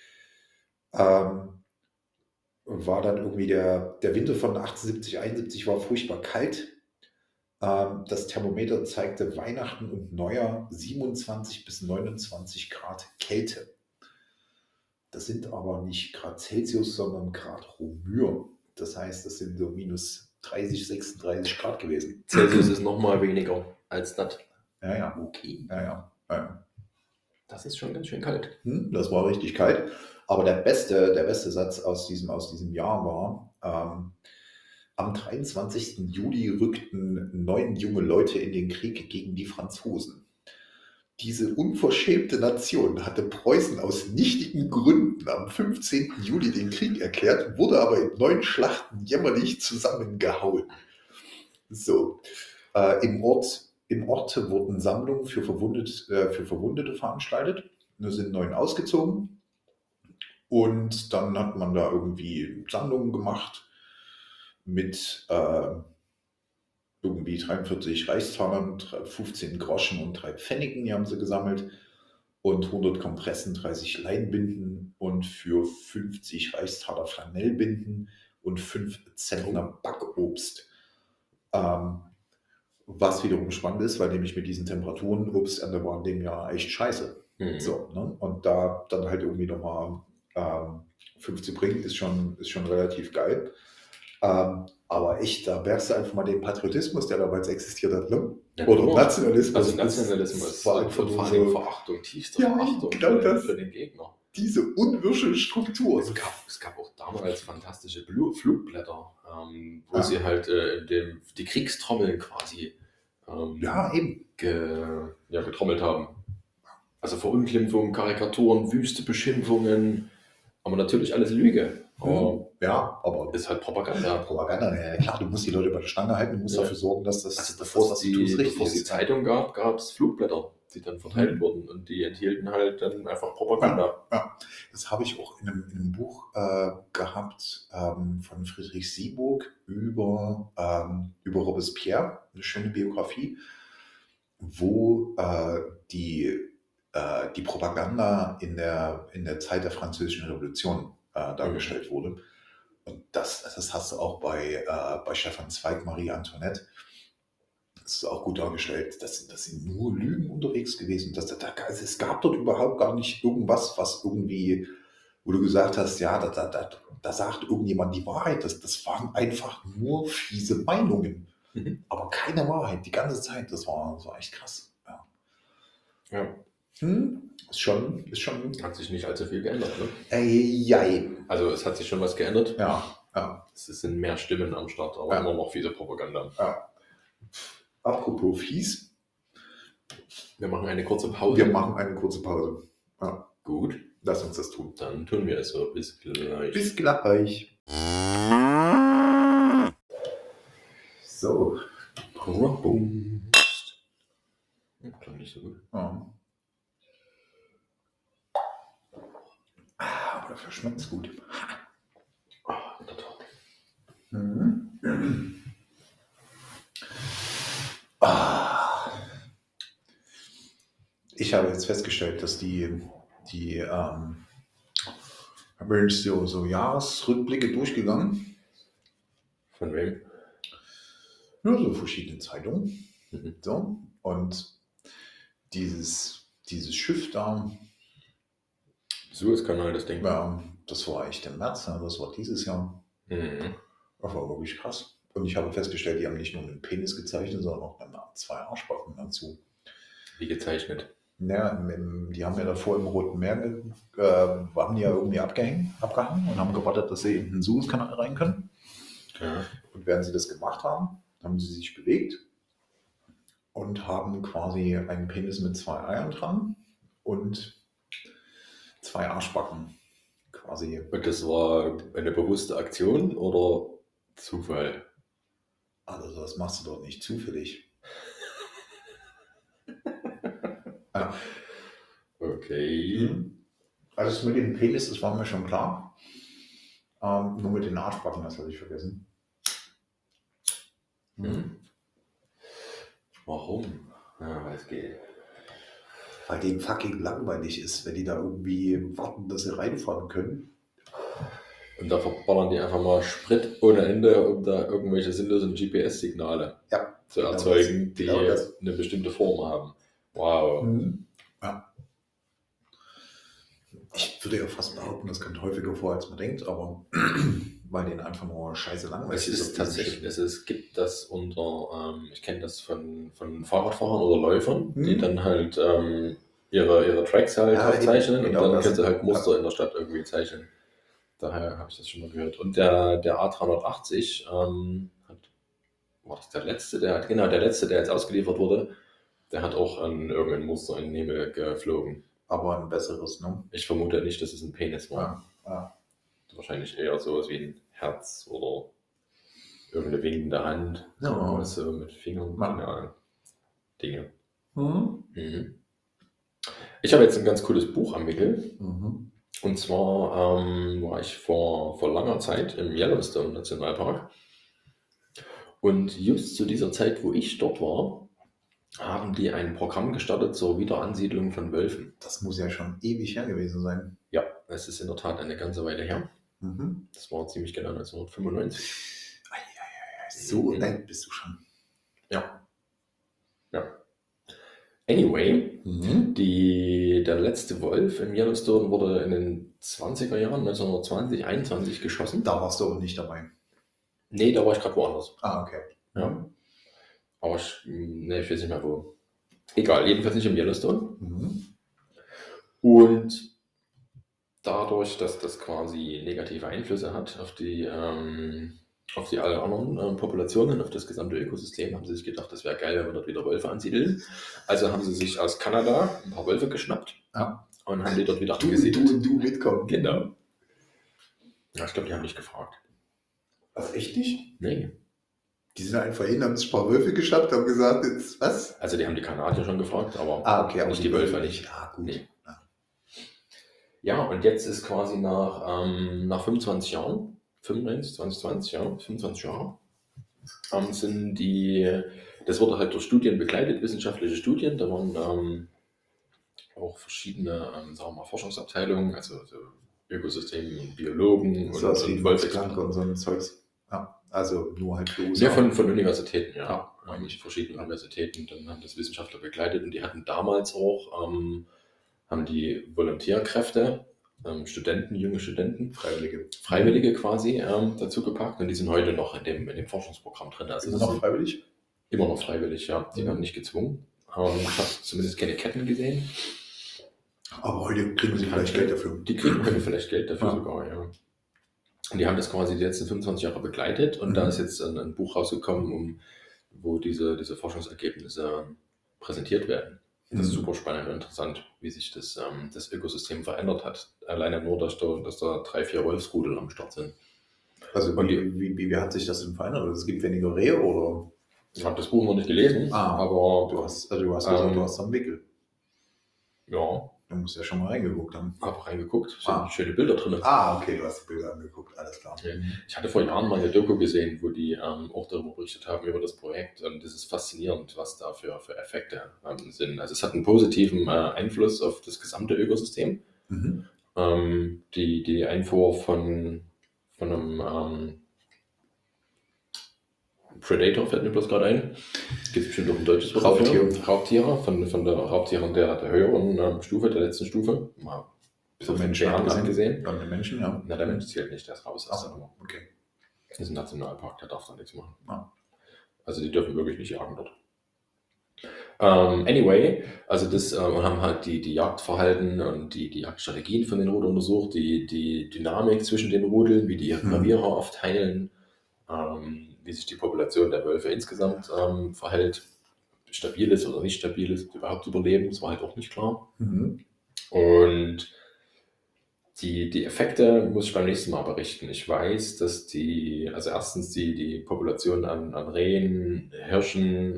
War dann irgendwie der Winter von 78, 71 war furchtbar kalt. Das Thermometer zeigte Weihnachten und Neujahr 27 bis 29 Grad Kälte. Das sind aber nicht Grad Celsius, sondern Grad Reaumur. Das heißt, das sind so minus 30, 36 Grad gewesen. Celsius ist nochmal weniger als das. Ja. Okay. Ja. Das ist schon ganz schön kalt. Das war richtig kalt. Aber der beste Satz aus diesem Jahr war, am 23. Juli rückten 9 junge Leute in den Krieg gegen die Franzosen. Diese unverschämte Nation hatte Preußen aus nichtigen Gründen am 15. Juli den Krieg erklärt, wurde aber in 9 Schlachten jämmerlich zusammengehauen. So, im Ort wurden Sammlungen für Verwundete veranstaltet. Da sind 9 ausgezogen. Und dann hat man da irgendwie Sammlungen gemacht mit irgendwie 43 Reichstalern, 15 Groschen und 3 Pfennigen, die haben sie gesammelt. Und 100 Kompressen, 30 Leinbinden und für 50 Reichstaler Flanellbinden und 5 Zentner Backobst. Was wiederum spannend ist, weil nämlich mit diesen Temperaturen Obsternte war in dem Jahr echt scheiße. So, ne? Und da dann halt irgendwie nochmal 5 zu bringen, ist schon relativ geil. Aber echt, da merkst du einfach mal den Patriotismus, der damals existiert hat, ne? Ja, Oder genau. Nationalismus. Also Nationalismus war einfach vor nur allem so, Verachtung, tiefste Ja, Verachtung genau für den Gegner. diese unwirsche Struktur. Es gab auch damals fantastische Flugblätter, wo sie halt die Kriegstrommeln quasi eben. getrommelt haben. Also Verunglimpfungen, Karikaturen, wüste Beschimpfungen, aber natürlich alles Lüge. Aber ist halt Propaganda. Ja, klar, du musst die Leute bei der Stange halten, du musst dafür sorgen, dass das, bevor es die Zeitung gab, gab es Flugblätter, die dann verteilt wurden und die enthielten halt dann einfach Propaganda. Ja. Das habe ich auch in einem Buch gehabt von Friedrich Sieburg über Robespierre, eine schöne Biografie, wo die Propaganda in der Zeit der Französischen Revolution dargestellt wurde. Und das hast du auch bei Stefan Zweig, Marie Antoinette. Das ist auch gut dargestellt. Das sind nur Lügen unterwegs gewesen. Es gab dort überhaupt gar nicht irgendwas, was irgendwie, wo du gesagt hast, ja, da sagt irgendjemand die Wahrheit. Das waren einfach nur fiese Meinungen. Aber keine Wahrheit, die ganze Zeit. Das war echt krass. Ja. Ist schon. Hat sich nicht allzu viel geändert, ne? Jei. Also es hat sich schon was geändert. Ja. Es sind mehr Stimmen am Start, aber immer noch fiese Propaganda. Ja. Apropos fies. Wir machen eine kurze Pause. Ja. Gut. Lass uns das tun. Dann tun wir es so. Bis gleich. Bis gleich. So. Rockboost. Klang nicht so gut. Ja. Aber dafür schmeckt es gut. In der Tat. Ich habe jetzt festgestellt, dass die haben so Jahresrückblicke durchgegangen. Von wem? Ja, so verschiedene Zeitungen. Mhm. So. Und dieses Schiff da. Suezkanal, das Ding. Ja, das war echt im März, das war dieses Jahr. Mhm. Das war wirklich krass. Und ich habe festgestellt, die haben nicht nur einen Penis gezeichnet, sondern auch 2 Arschbacken dazu. Wie gezeichnet? Ja, die haben ja davor im Roten Meer, haben die ja irgendwie abgehangen und haben gewartet, dass sie in den Suezkanal rein können. Ja. Und während sie das gemacht haben, haben sie sich bewegt und haben quasi einen Penis mit 2 Eiern dran und 2 Arschbacken quasi. Und das war eine bewusste Aktion oder Zufall? Also das machst du doch nicht zufällig. Ja. Okay. Also das mit dem Penis, das war mir schon klar. Nur mit den Arschbacken, das hatte ich vergessen. Warum? Ja, weil es geht. Weil denen fucking langweilig ist, wenn die da irgendwie warten, dass sie reinfahren können. Und da verballern die einfach mal Sprit ohne Ende, um da irgendwelche sinnlosen GPS-Signale zu erzeugen, die eine bestimmte Form haben. Wow. Ja. Ich würde ja fast behaupten, das kommt häufiger vor, als man denkt, aber weil denen einfach nur scheiße langweilig ist. Es ist tatsächlich, es gibt das unter, ich kenne das von Fahrradfahrern oder Läufern, die dann halt ihre Tracks halt aufzeichnen und dann können sie halt Muster in der Stadt irgendwie zeichnen. Daher habe ich das schon mal gehört. Und der A380 war das der letzte, der jetzt ausgeliefert wurde, der hat auch an irgendein Muster in den Himmel geflogen. Aber ein besseres, ne? Ich vermute nicht, dass es ein Penis war. Ja. Wahrscheinlich eher sowas wie ein Herz oder irgendeine winkende Hand. Ja. So mit Fingern. Keine Ahnung. Dinge. Ich habe jetzt ein ganz cooles Buch am Wickel. Und zwar war ich vor langer Zeit im Yellowstone Nationalpark. Und just zu dieser Zeit, wo ich dort war, haben die ein Programm gestartet zur Wiederansiedlung von Wölfen. Das muss ja schon ewig her gewesen sein. Ja, es ist in der Tat eine ganze Weile her. Das war ziemlich genau 1995. So alt bist du schon. Ja. Anyway, der letzte Wolf im Yellowstone wurde in den 20er Jahren, 1920, 21 geschossen. Da warst du aber nicht dabei. Nee, da war ich gerade woanders. Okay. Ja. Aber ich weiß nicht mehr wo. Egal, jedenfalls nicht im Yellowstone. Und dadurch, dass das quasi negative Einflüsse hat auf die alle anderen Populationen, auf das gesamte Ökosystem, haben sie sich gedacht, das wäre geil, wenn wir dort wieder Wölfe ansiedeln. Also haben sie sich aus Kanada ein paar Wölfe geschnappt und haben die dort wieder angesiedelt. Du mitkommen. Genau. Ja, ich glaube, die haben nicht gefragt. Was, echt nicht? Nee. Die sind einfach hin, haben sich ein paar Wölfe geschnappt, haben gesagt, jetzt was? Also die haben die Kanadier schon gefragt, aber aber nicht die Wölfe nicht. Ja, gut. Nee. Ja, und jetzt ist quasi nach 25 Jahren, 95, 2020, 25 Jahre, das wurde halt durch Studien begleitet, wissenschaftliche Studien, da waren auch verschiedene, sagen wir mal, Forschungsabteilungen, also Ökosystem, Biologen und Wolfsexperten und so ein Zeugs. Ja, also nur halt für USA. Ja, von Universitäten, ja. Eigentlich verschiedene Universitäten, dann haben das Wissenschaftler begleitet und die hatten damals auch, haben die Volontärkräfte, Studenten, junge Studenten, Freiwillige quasi dazu gepackt und die sind heute noch in dem Forschungsprogramm drin. Also immer noch freiwillig? Immer noch freiwillig, ja. Die werden nicht gezwungen. Ich habe zumindest keine Ketten gesehen. Aber heute kriegen sie vielleicht Geld dafür. Die kriegen heute vielleicht Geld dafür sogar, ja. Und die haben das quasi die letzten 25 Jahre begleitet und da ist jetzt ein Buch rausgekommen, wo diese Forschungsergebnisse präsentiert werden. Das ist super spannend und interessant, wie sich das Ökosystem verändert hat. Alleine nur, dass da 3-4 Wolfsrudel am Start sind. Also wie hat sich das denn verändert? Es gibt weniger Rehe oder? Ich habe das Buch noch nicht gelesen, aber du hast gesagt, du hast am Wickel. Ja. Du musst ja schon mal reingeguckt haben. Habe reingeguckt, sind schöne Bilder drin. Okay, du hast die Bilder angeguckt, alles klar. Ja. Ich hatte vor Jahren mal eine Doku gesehen, wo die auch darüber berichtet haben, über das Projekt. Und das ist faszinierend, was da für Effekte sind. Also es hat einen positiven Einfluss auf das gesamte Ökosystem. Die Einfuhr von einem Predator fällt mir bloß gerade ein. Gibt es bestimmt auch ein deutsches Wort dafür. Raubtiere, von der Raubtieren der höheren Stufe, der letzten Stufe. Mal von Menschen abgesehen. Von den Menschen, ja. Na, der Mensch zählt nicht, der ist raus. Okay. Das ist ein Nationalpark, der darf da nichts machen. Also die dürfen wirklich nicht jagen dort. Anyway, also das und haben halt die Jagdverhalten und die Jagdstrategien von den Rudeln untersucht, die Dynamik zwischen den Rudeln, wie die ihre Reviere aufteilen, wie sich die Population der Wölfe insgesamt verhält, stabil ist oder nicht stabil ist, überhaupt überleben, das war halt auch nicht klar. Und die Effekte muss ich beim nächsten Mal berichten. Ich weiß, dass also erstens die Population an Rehen, Hirschen,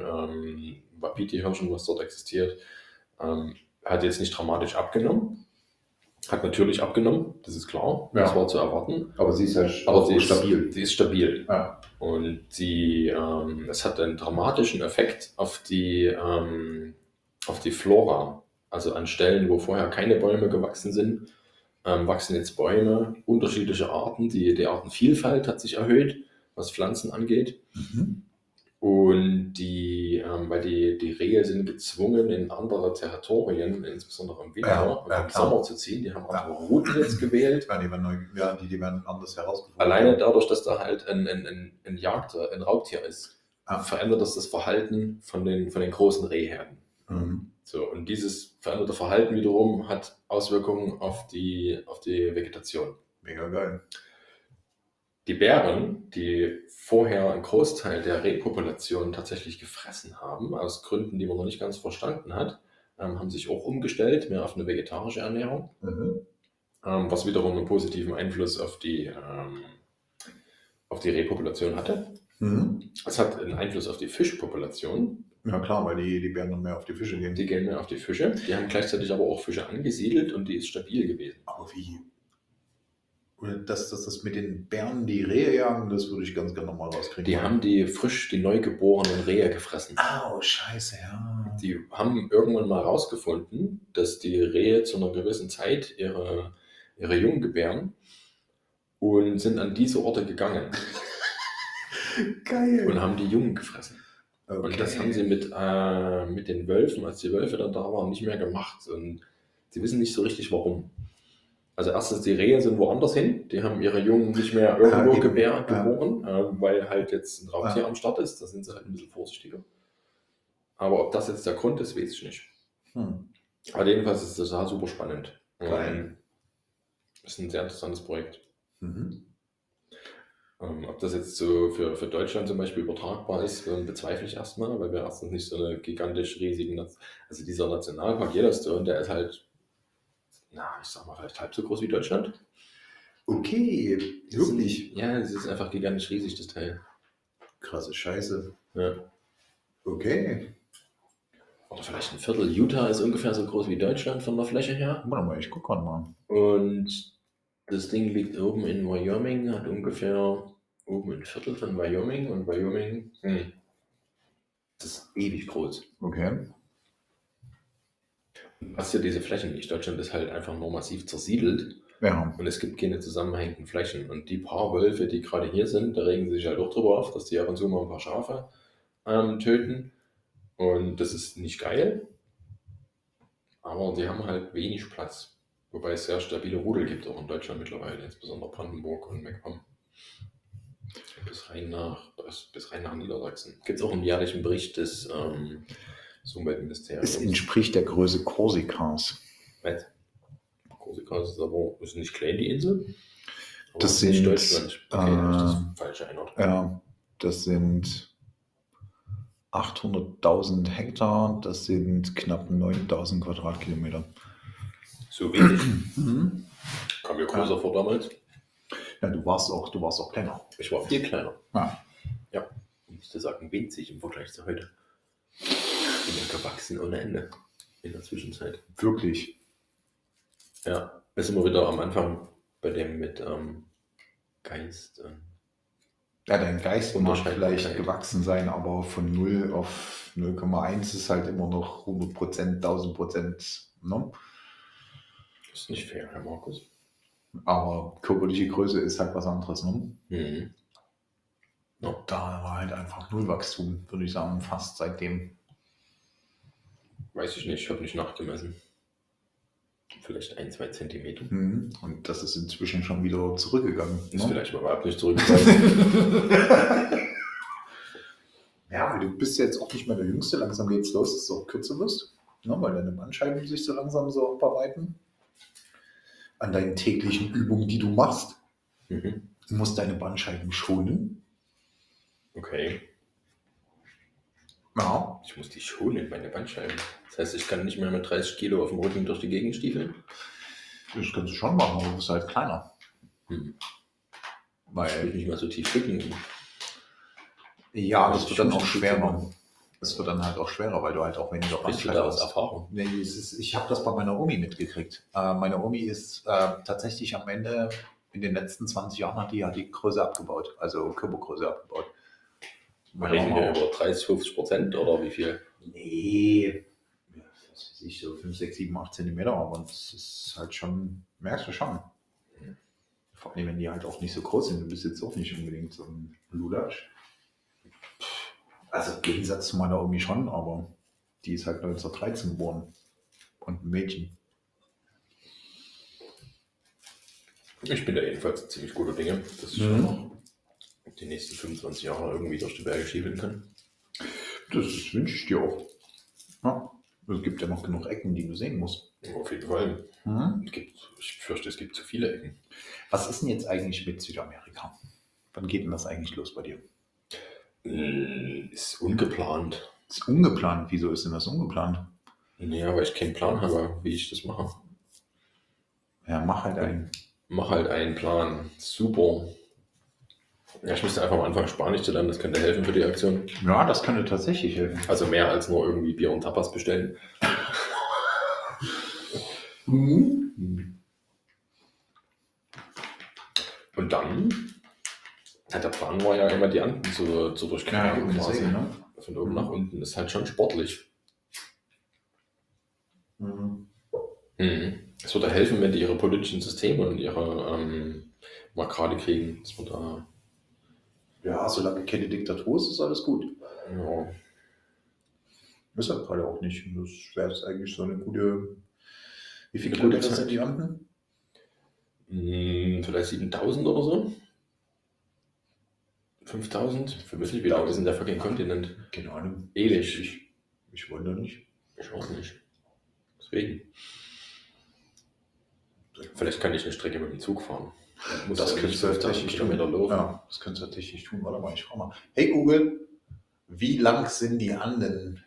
Wapiti-Hirschen, was dort existiert, hat jetzt nicht dramatisch abgenommen. Hat natürlich abgenommen, das ist klar. Ja. Das war zu erwarten. Aber sie ist ja stabil. Sie ist stabil. Ja. Und es hat einen dramatischen Effekt auf die Flora. Also an Stellen, wo vorher keine Bäume gewachsen sind, wachsen jetzt Bäume, unterschiedliche Arten. Die Artenvielfalt hat sich erhöht, was Pflanzen angeht. Mhm. Und weil die Rehe sind gezwungen, in andere Territorien, insbesondere im Winter und im Sommer zu ziehen. Die haben andere Routen jetzt gewählt. Ja, die werden anders herausgefunden. Alleine dadurch, dass da halt ein Raubtier ist, verändert das Verhalten von den großen Rehherden. Mhm. So, und dieses veränderte Verhalten wiederum hat Auswirkungen auf die Vegetation. Mega geil. Die Bären, die vorher einen Großteil der Rehpopulation tatsächlich gefressen haben, aus Gründen, die man noch nicht ganz verstanden hat, haben sich auch umgestellt, mehr auf eine vegetarische Ernährung, was wiederum einen positiven Einfluss auf die Rehpopulation hatte. Es hat einen Einfluss auf die Fischpopulation. Ja klar, weil die Bären dann mehr auf die Fische gehen. Die gehen mehr auf die Fische. Die haben gleichzeitig aber auch Fische angesiedelt und die ist stabil gewesen. Aber wie? Oder dass das mit den Bären die Rehe jagen, das würde ich ganz gerne nochmal rauskriegen. Die haben die neugeborenen Rehe gefressen. Oh, scheiße, ja. Die haben irgendwann mal rausgefunden, dass die Rehe zu einer gewissen Zeit ihre Jungen gebären und sind an diese Orte gegangen. Geil. Und haben die Jungen gefressen. Okay. Und das haben sie mit den Wölfen, als die Wölfe dann da waren, nicht mehr gemacht. Und sie wissen nicht so richtig, warum. Also erstens, die Rehe sind woanders hin. Die haben ihre Jungen nicht mehr irgendwo geboren, weil halt jetzt ein Raubtier am Start ist. Da sind sie halt ein bisschen vorsichtiger. Aber ob das jetzt der Grund ist, weiß ich nicht. Aber jedenfalls ist das super spannend. Geil. Das ist ein sehr interessantes Projekt. Ob das jetzt so für Deutschland zum Beispiel übertragbar ist, bezweifle ich erstmal, weil wir erstens nicht so eine gigantisch riesigen, also dieser Nationalpark Yellowstone, der ist halt, ich sag mal, vielleicht halb so groß wie Deutschland. Okay, wirklich? Ja, es ist einfach gigantisch riesig, das Teil. Krasse Scheiße. Ja. Okay. Oder vielleicht ein Viertel. Utah ist ungefähr so groß wie Deutschland von der Fläche her. Warte mal, ich guck gerade mal. Und das Ding liegt oben in Wyoming, hat ungefähr oben ein Viertel von Wyoming. Und Wyoming, das ist ewig groß. Okay. Du hast ja diese Flächen nicht. Deutschland ist halt einfach nur massiv zersiedelt. Ja. Und es gibt keine zusammenhängenden Flächen. Und die paar Wölfe, die gerade hier sind, da regen sich halt auch drüber auf, dass die ab und zu mal ein paar Schafe töten. Und das ist nicht geil. Aber die haben halt wenig Platz. Wobei es sehr stabile Rudel gibt, auch in Deutschland mittlerweile, insbesondere Brandenburg und MacPom. Bis rein nach Niedersachsen. Gibt es auch einen jährlichen Bericht des Umweltministeriums. Es entspricht der Größe Korsikas. Was? Korsika ist nicht klein, die Insel? Aber das sind nicht Deutschland. Okay, habe ich das falsch erinnert. Ja, das sind 800.000 Hektar, das sind knapp 9.000 Quadratkilometer. So wenig? Kam mir größer vor damals. Ja, du warst auch kleiner. Ich war viel kleiner. Ja. Ich müsste sagen, winzig im Vergleich zu heute. Ich bin ja gewachsen ohne Ende in der Zwischenzeit. Wirklich? Ja, wir sind immer wieder am Anfang bei dem mit Geist. Ja, dein Geist mag vielleicht gewachsen sein, aber von 0 auf 0,1 ist halt immer noch 100%, 1000%. Ne? Das ist nicht fair, Herr Markus. Aber körperliche Größe ist halt was anderes. Ne? Ja. Da war halt einfach null Wachstum, würde ich sagen, fast seitdem. Weiß ich nicht, ich habe nicht nachgemessen. Vielleicht 1-2 Zentimeter. Und das ist inzwischen schon wieder zurückgegangen. Ist vielleicht mal überhaupt nicht zurückgegangen. Ja, du bist jetzt auch nicht mehr der Jüngste. Langsam geht's los, dass du auch kürzer wirst. Ne, weil deine Bandscheiben sich so langsam so abarbeiten. An deinen täglichen Übungen, die du machst. Du musst deine Bandscheiben schonen. Okay. Ja. Ich muss die schonen, meine Bandscheiben. Das heißt, ich kann nicht mehr mit 30 Kilo auf dem Rücken durch die Gegend stiefeln? Das kannst du schon machen, aber du bist halt kleiner. Weil ich will nicht mal so tief blicken. Ja, das wird dann auch schwerer. es wird dann halt auch schwerer, weil du halt auch weniger Sprichst du da aus Erfahrung? Nee, ich habe das bei meiner Omi mitgekriegt. Meine Omi ist tatsächlich am Ende, in den letzten 20 Jahren hat die Größe abgebaut, also Körpergröße abgebaut. Reden wir über 30-50% oder wie viel? Nee, was weiß ich, so 5, 6, 7, 8 Zentimeter, aber das ist halt schon, merkst du schon. Vor allem, wenn die halt auch nicht so groß sind, du bist jetzt auch nicht unbedingt so ein Lulatsch. Also im Gegensatz zu meiner Omi schon, aber die ist halt 1913 geboren und ein Mädchen. Ich bin da jedenfalls ziemlich guter Dinge, dass ich noch die nächsten 25 Jahre irgendwie durch die Berge schieben kann. Das wünsche ich dir auch. Ja, es gibt ja noch genug Ecken, die du sehen musst. Auf jeden Fall. Ich fürchte, es gibt zu viele Ecken. Was ist denn jetzt eigentlich mit Südamerika? Wann geht denn das eigentlich los bei dir? Ist ungeplant. Ist ungeplant. Wieso ist denn das ungeplant? Ja, weil ich keinen Plan habe, wie ich das mache. Ja, mach halt einen. Mach halt einen Plan. Super. Ja, ich müsste einfach am Anfang Spanisch zu lernen, das könnte helfen für die Aktion. Ja, das könnte tatsächlich helfen. Also mehr als nur irgendwie Bier und Tapas bestellen. Und dann, der Plan war ja immer die Anden zu durchqueren. Ja, quasi. ne? Von oben nach unten ist halt schon sportlich. Es würde helfen, wenn die ihre politischen Systeme und ihre mal gerade kriegen. Das wird da. Ja, solange keine Diktatur ist, ist alles gut. Ja. Ist halt gerade auch nicht. Das wäre jetzt eigentlich so eine gute. Wie viele Gute Kilometer Zeit. sind die Anden? Vielleicht 7000 oder so. 5000? Ich weiß nicht, wie lang ist denn der fucking Kontinent? Keine Ahnung. Ewig. Ich wundere nicht. Ich auch nicht. Deswegen. Vielleicht kann ich eine Strecke mit dem Zug fahren. Das könntest du tatsächlich tun. Kilometer laufen. Ja, das könntest du tatsächlich tun. Warte mal, ich frage mal. Hey Google, wie lang sind die Anden?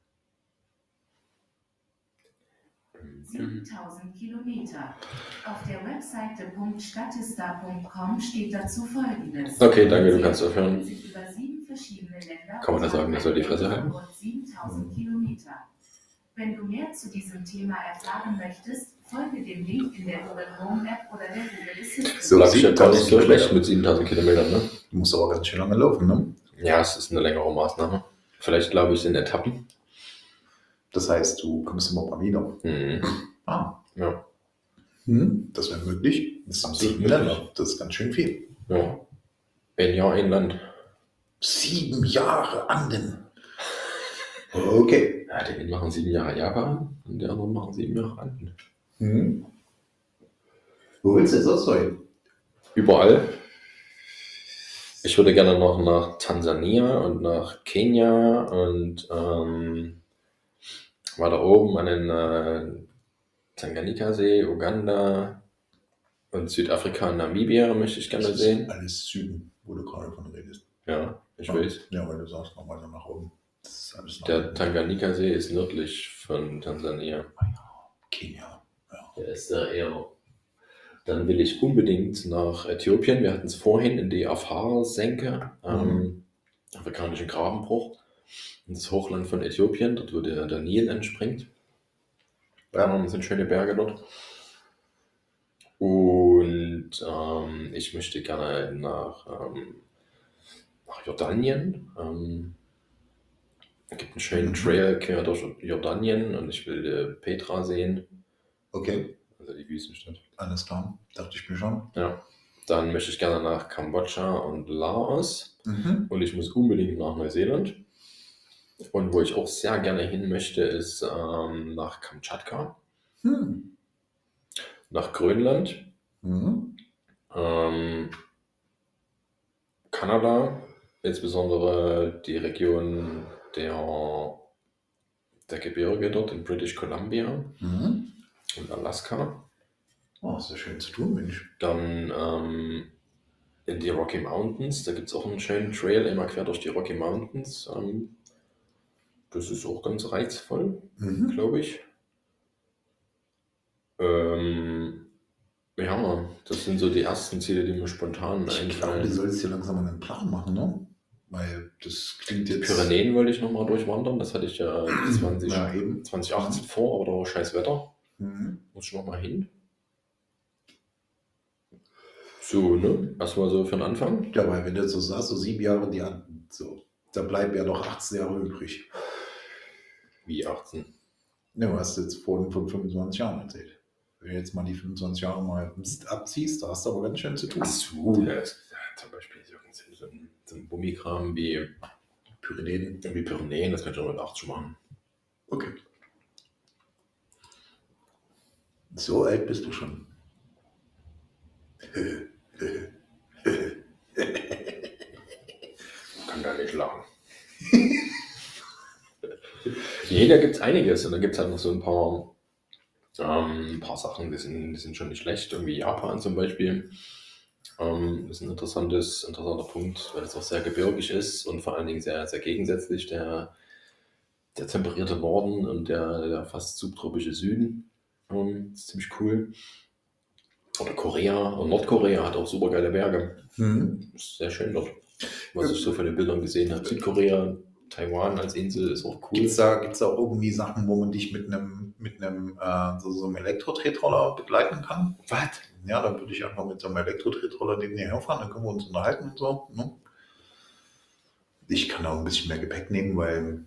7000 Kilometer. Auf der Webseite .statista.com steht dazu Folgendes. Okay, danke, du kannst aufhören. Sich über 7 verschiedene Länder Kann man da sagen, er soll die Fresse halten? 7000 Kilometer. Wenn du mehr zu diesem Thema erfahren möchtest, folge dem Link in der Google Home App oder der Google Assistant. So lag ich ja gar nicht so schlecht mit 7000 Kilometern, ne? Du musst aber ganz schön lange laufen, ne? Ja, es ist eine längere Maßnahme. Vielleicht glaube ich in Etappen. Das heißt, du kommst immer mal wieder. Ah. Ja. Das wäre möglich. Das sind 7 möglich. Länder. Das ist ganz schön viel. Ja. Ein Jahr, ein Land. 7 Jahre Anden. Okay. Ja, die einen machen 7 Jahre Japan und die anderen machen 7 Jahre Anden. Wo willst du jetzt auch sein? Überall. Ich würde gerne noch nach Tansania und nach Kenia und weiter oben an den Tanganjika-See, Uganda und Südafrika und Namibia möchte ich gerne Das sehen. ist alles Süden, wo du gerade von redest. Ja, ich weiß. Ja, weil du sagst noch weiter nach oben. Das ist alles nach Der oben. Tanganjika-See ist nördlich von Tansania. Kenia. Ja. Der ist da eher. Dann will ich unbedingt nach Äthiopien. Wir hatten es vorhin in die Afar-Senke, afrikanischen Grabenbruch. Das Hochland von Äthiopien, dort wo der Nil entspringt. Das sind schöne Berge dort. Und ich möchte gerne nach Jordanien. Es gibt einen schönen Trail quer durch Jordanien und ich will Petra sehen. Okay, Also die Wüstenstadt. alles klar. Dachte ich mir schon. Ja. Dann möchte ich gerne nach Kambodscha und Laos. Und ich muss unbedingt nach Neuseeland. Und wo ich auch sehr gerne hin möchte, ist nach Kamtschatka, nach Grönland, Kanada, insbesondere die Region der Gebirge dort in British Columbia und Alaska. Oh, ist ja schön zu tun, Mensch. Dann in die Rocky Mountains, da gibt es auch einen schönen Trail immer quer durch die Rocky Mountains. Das ist auch ganz reizvoll, glaube ich. Ja, das sind so die ersten Ziele, die mir spontan Ich glaube, einfallen. du sollst dir langsam einen Plan machen, ne? Weil das klingt Die jetzt... Pyrenäen wollte ich nochmal durchwandern. Das hatte ich ja eben. 2018 vor, aber da war scheiß Wetter. Mhm. Muss ich nochmal hin. So, ne? Erstmal so für den Anfang. Ja, weil wenn du so sagst, so 7 Jahre, da bleiben ja noch 18 Jahre übrig. Wie 18? Ja, du hast jetzt vorhin von 25 Jahren erzählt. Wenn du jetzt mal die 25 Jahre mal abziehst, da hast du aber ganz schön zu tun. Ach so, ja, zum Beispiel so ein Bummikram wie Pyrenäen. Pyrenäen, das könnte ich auch mit 80 machen. Okay. So alt bist du schon. Kann da nicht lachen. Nee, da gibt es einiges. Und da gibt es halt noch so ein paar Sachen, die sind schon nicht schlecht. Irgendwie Japan zum Beispiel. Ist ein interessanter Punkt, weil es auch sehr gebirgig ist und vor allen Dingen sehr, sehr gegensätzlich. Der temperierte Norden und der fast subtropische Süden. Ist ziemlich cool. Oder Korea und Nordkorea hat auch super geile Berge. Ist sehr schön dort, was ich so von den Bildern gesehen habe. Südkorea, Taiwan als Insel ist auch cool. Gibt's da auch irgendwie Sachen, wo man dich mit einem so einem Elektro-Tretroller begleiten kann? Was? Ja, dann würde ich einfach mit so einem Elektro-Tretroller neben dir herfahren, dann können wir uns unterhalten und so. Ne? Ich kann auch ein bisschen mehr Gepäck nehmen, weil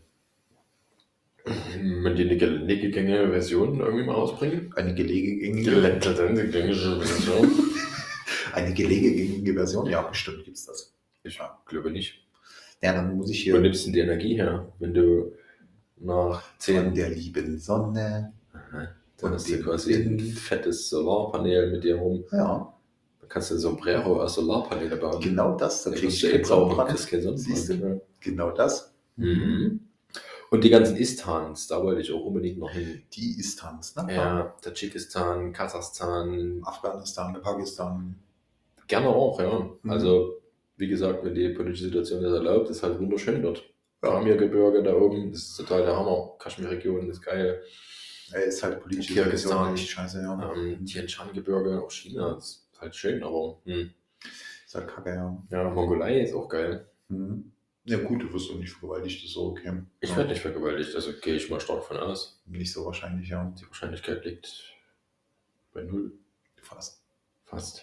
Wenn die eine gelegegängige Version irgendwie mal ausbringen? eine gelegegängige Version? eine gelegegängige Version, ja, bestimmt gibt's das. Ich glaube nicht. Ja, dann muss ich Wo hier nimmst du denn die Energie her, wenn du nach von 10... der lieben Sonne. Dann hast du quasi ein fettes Solarpanel mit dir rum. Ja, Dann kannst du ein Sombrero aus Solarpaneele bauen. genau das. Da Dann kriegst kriegst du du eh keinen brauchen, Sonnenbrand. kriegst keinen Siehst Sonnenbrand. du? Genau das. Mhm. Und die ganzen Istans, da wollte ich auch unbedingt noch hin. Die Istans, ne? Ja, Tadschikistan, Kasachstan, Afghanistan, Pakistan. gerne auch, ja. Mhm. Also, wie gesagt, wenn die politische Situation das erlaubt, ist halt wunderschön dort. Ja. Pamir-Gebirge da oben, das ist total der Hammer. Kaschmir-Region ist geil. Er ist halt politisch Kirgisistan, echt scheiße, ja. Tian Shan-Gebirge, auch China, ist halt schön, aber Ist halt kacke, ja. ja, Mongolei ist auch geil. Mhm. Ja gut, du wirst doch nicht vergewaltigt, das ist so okay. Ich Ja. werde nicht vergewaltigt, also gehe ich mal stark von aus. Nicht so wahrscheinlich, ja. Die Wahrscheinlichkeit liegt bei 0. Fast. Fast.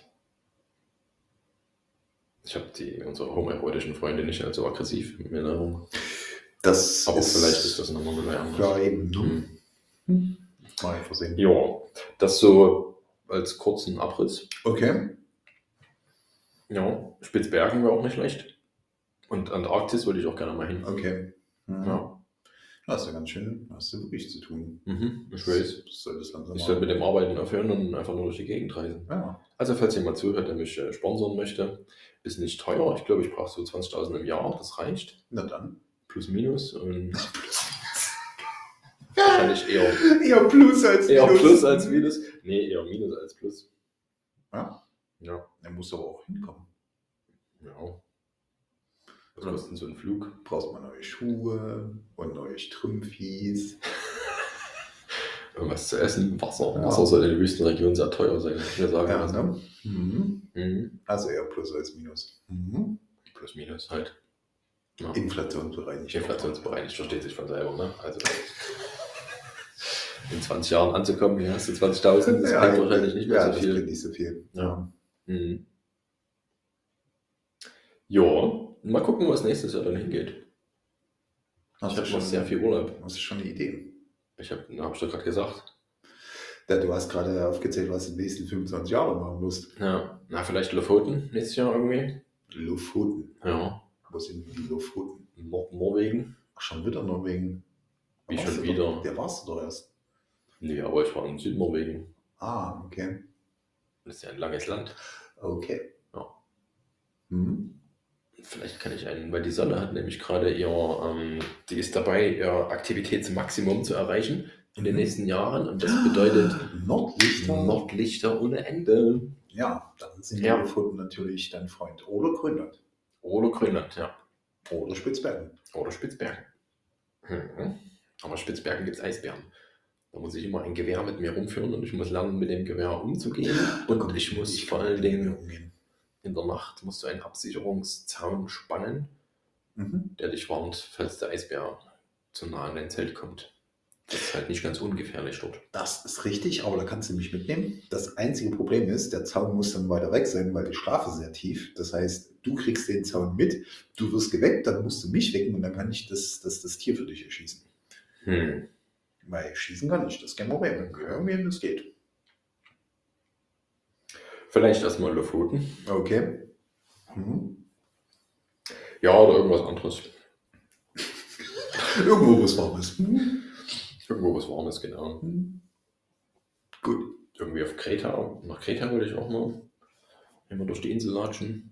Ich habe unsere homoerotischen Freunde nicht als so aggressiv in Erinnerung. Das Aber vielleicht ist das in der Mongolei anders. Ja, eben. Ne? Hm. Mal einfach sehen. Ja, das so als kurzen Abriss. Okay. Ja, Spitzbergen wäre auch nicht schlecht. Und Antarktis würde ich auch gerne mal hin. Okay. Mhm. Ja. Das ist ja ganz schön. Hast du wirklich zu tun. Ich weiß. Das soll das langsam Ich sollte mit dem Arbeiten aufhören und einfach nur durch die Gegend reisen. Ja. Also falls jemand zuhört, der mich sponsern möchte, ist nicht teuer. Ich glaube, ich brauche so 20.000 im Jahr. Das reicht. Na dann. Plus, minus. Und wahrscheinlich eher Plus als Plus als Minus. Nee, eher Minus als Plus. Ja. Ja. Er muss aber auch hinkommen. Ja. Was kostet denn so ein Flug? Brauchst mal neue Schuhe und neue Strümpfis. Irgendwas zu essen, Wasser. Ja. Wasser soll in der Wüstenregion sehr teuer sein, muss ich mir sagen. Ja, ne? Mhm. Mhm. Also eher Plus als Minus. Mhm. Plus, minus halt. Ja. Inflationsbereinigt. Inflationsbereinigt, versteht sich von selber. Ne? Also in 20 Jahren anzukommen, hier hast du 20.000, das bringt wahrscheinlich nicht mehr ja, so das viel. bringt nicht so viel. Ja. Mhm. Ja, mal gucken, wo es nächstes Jahr dann hingeht. Ich habe noch sehr viel Urlaub. Hast du schon eine Idee? Hab ich doch gerade gesagt. Ja, du hast gerade aufgezählt, was du in den nächsten 25 Jahren machen musst. Ja, na, vielleicht Lofoten nächstes Jahr irgendwie. Lofoten. Ja. Wo sind die Lofoten? Norwegen. Ach, schon wieder Norwegen. Wie Da schon warst du wieder? Doch, der warst du doch erst. Nee, aber ich war in Südnorwegen. Ah, okay. Das ist ja ein langes Land. Okay. Ja. Mhm. Vielleicht kann ich weil die Sonne hat nämlich gerade die ist dabei, ihr Aktivitätsmaximum zu erreichen in den nächsten Jahren. Und das bedeutet Nordlichter ohne Ende. Ja, dann sind Ja. die Lofoten natürlich dein Freund. Oder Grönland. Oder Grönland, ja. Oder Spitzbergen. Oder Spitzbergen. Aber Spitzbergen gibt es Eisbären. Da muss ich immer ein Gewehr mit mir rumführen und ich muss lernen, mit dem Gewehr umzugehen. Und ich muss vor allen Dingen umgehen. in der Nacht musst du einen Absicherungszaun spannen. der dich warnt, falls der Eisbär zu nah an dein Zelt kommt. Das ist halt nicht ganz ungefährlich dort. Das ist richtig, aber da kannst du mich mitnehmen. Das einzige Problem ist, der Zaun muss dann weiter weg sein, weil die Strafe sehr tief. Das heißt, du kriegst den Zaun mit, du wirst geweckt, dann musst du mich wecken und dann kann ich das Tier für dich erschießen. Weil schießen kann ich, das ist kein Problem. Irgendwie, das geht. Vielleicht erstmal Lofoten. Okay. Ja, oder irgendwas anderes. Irgendwo was Warmes. Irgendwo was Warmes, genau. Gut. Irgendwie auf Kreta. Nach Kreta würde ich auch mal immer durch die Insel latschen.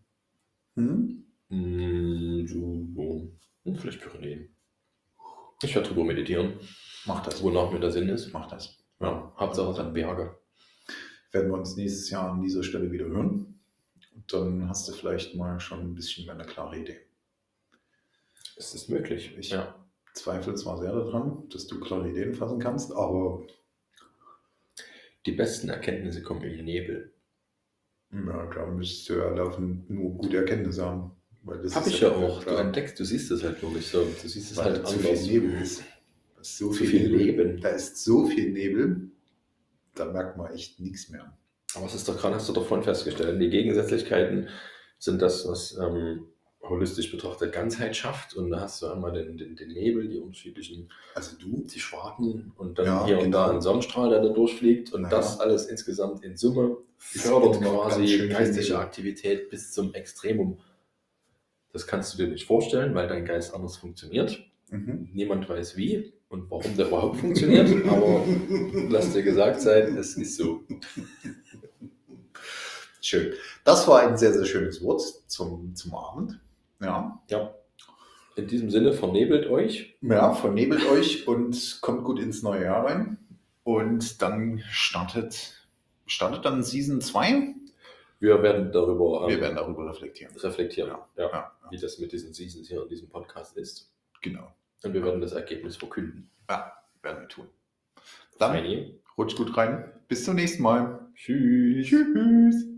Vielleicht Pyrenäen. Ich werde drüber meditieren. Mach das. Wonach mir der Sinn ist. Mach das. Ja, Hauptsache es hat Berge. Werden wir uns nächstes Jahr an dieser Stelle wieder hören. Und dann hast du vielleicht mal schon ein bisschen mehr eine klare Idee. Ist das möglich? Ich zweifle zwar sehr daran, dass du klare Ideen fassen kannst, aber die besten Erkenntnisse kommen im Nebel. Ja, da müsstest du ja laufend nur gute Erkenntnisse haben. Habe ich ja auch. Du entdeckst, du siehst es halt nur nicht so. Du siehst es halt zu viel Nebel ist. So viel Nebel. Da ist so viel Nebel, da merkt man echt nichts mehr. Aber es ist doch gerade, hast du doch vorhin festgestellt, die Gegensätzlichkeiten sind das, was holistisch betrachtet Ganzheit schafft. Und da hast du einmal den Nebel, die unterschiedlichen, die Schwarten und dann hier und da einen Sonnenstrahl, der da durchfliegt. Und das alles insgesamt in Summe fördert quasi geistige Aktivität bis zum Extremum. Das kannst du dir nicht vorstellen, weil dein Geist anders funktioniert. Niemand weiß wie und warum der überhaupt funktioniert, aber lass dir gesagt sein, es ist so. Schön. Das war ein sehr, sehr schönes Wort zum Abend. Ja. In diesem Sinne, vernebelt euch. Ja, vernebelt euch und kommt gut ins neue Jahr rein. Und dann startet dann Season 2. Wir werden darüber reflektieren. Ja. Wie das mit diesen Seasons hier in diesem Podcast ist. Genau. Und wir werden das Ergebnis verkünden. Ja, werden wir tun. Dann rutscht gut rein. Bis zum nächsten Mal. Tschüss. Tschüss.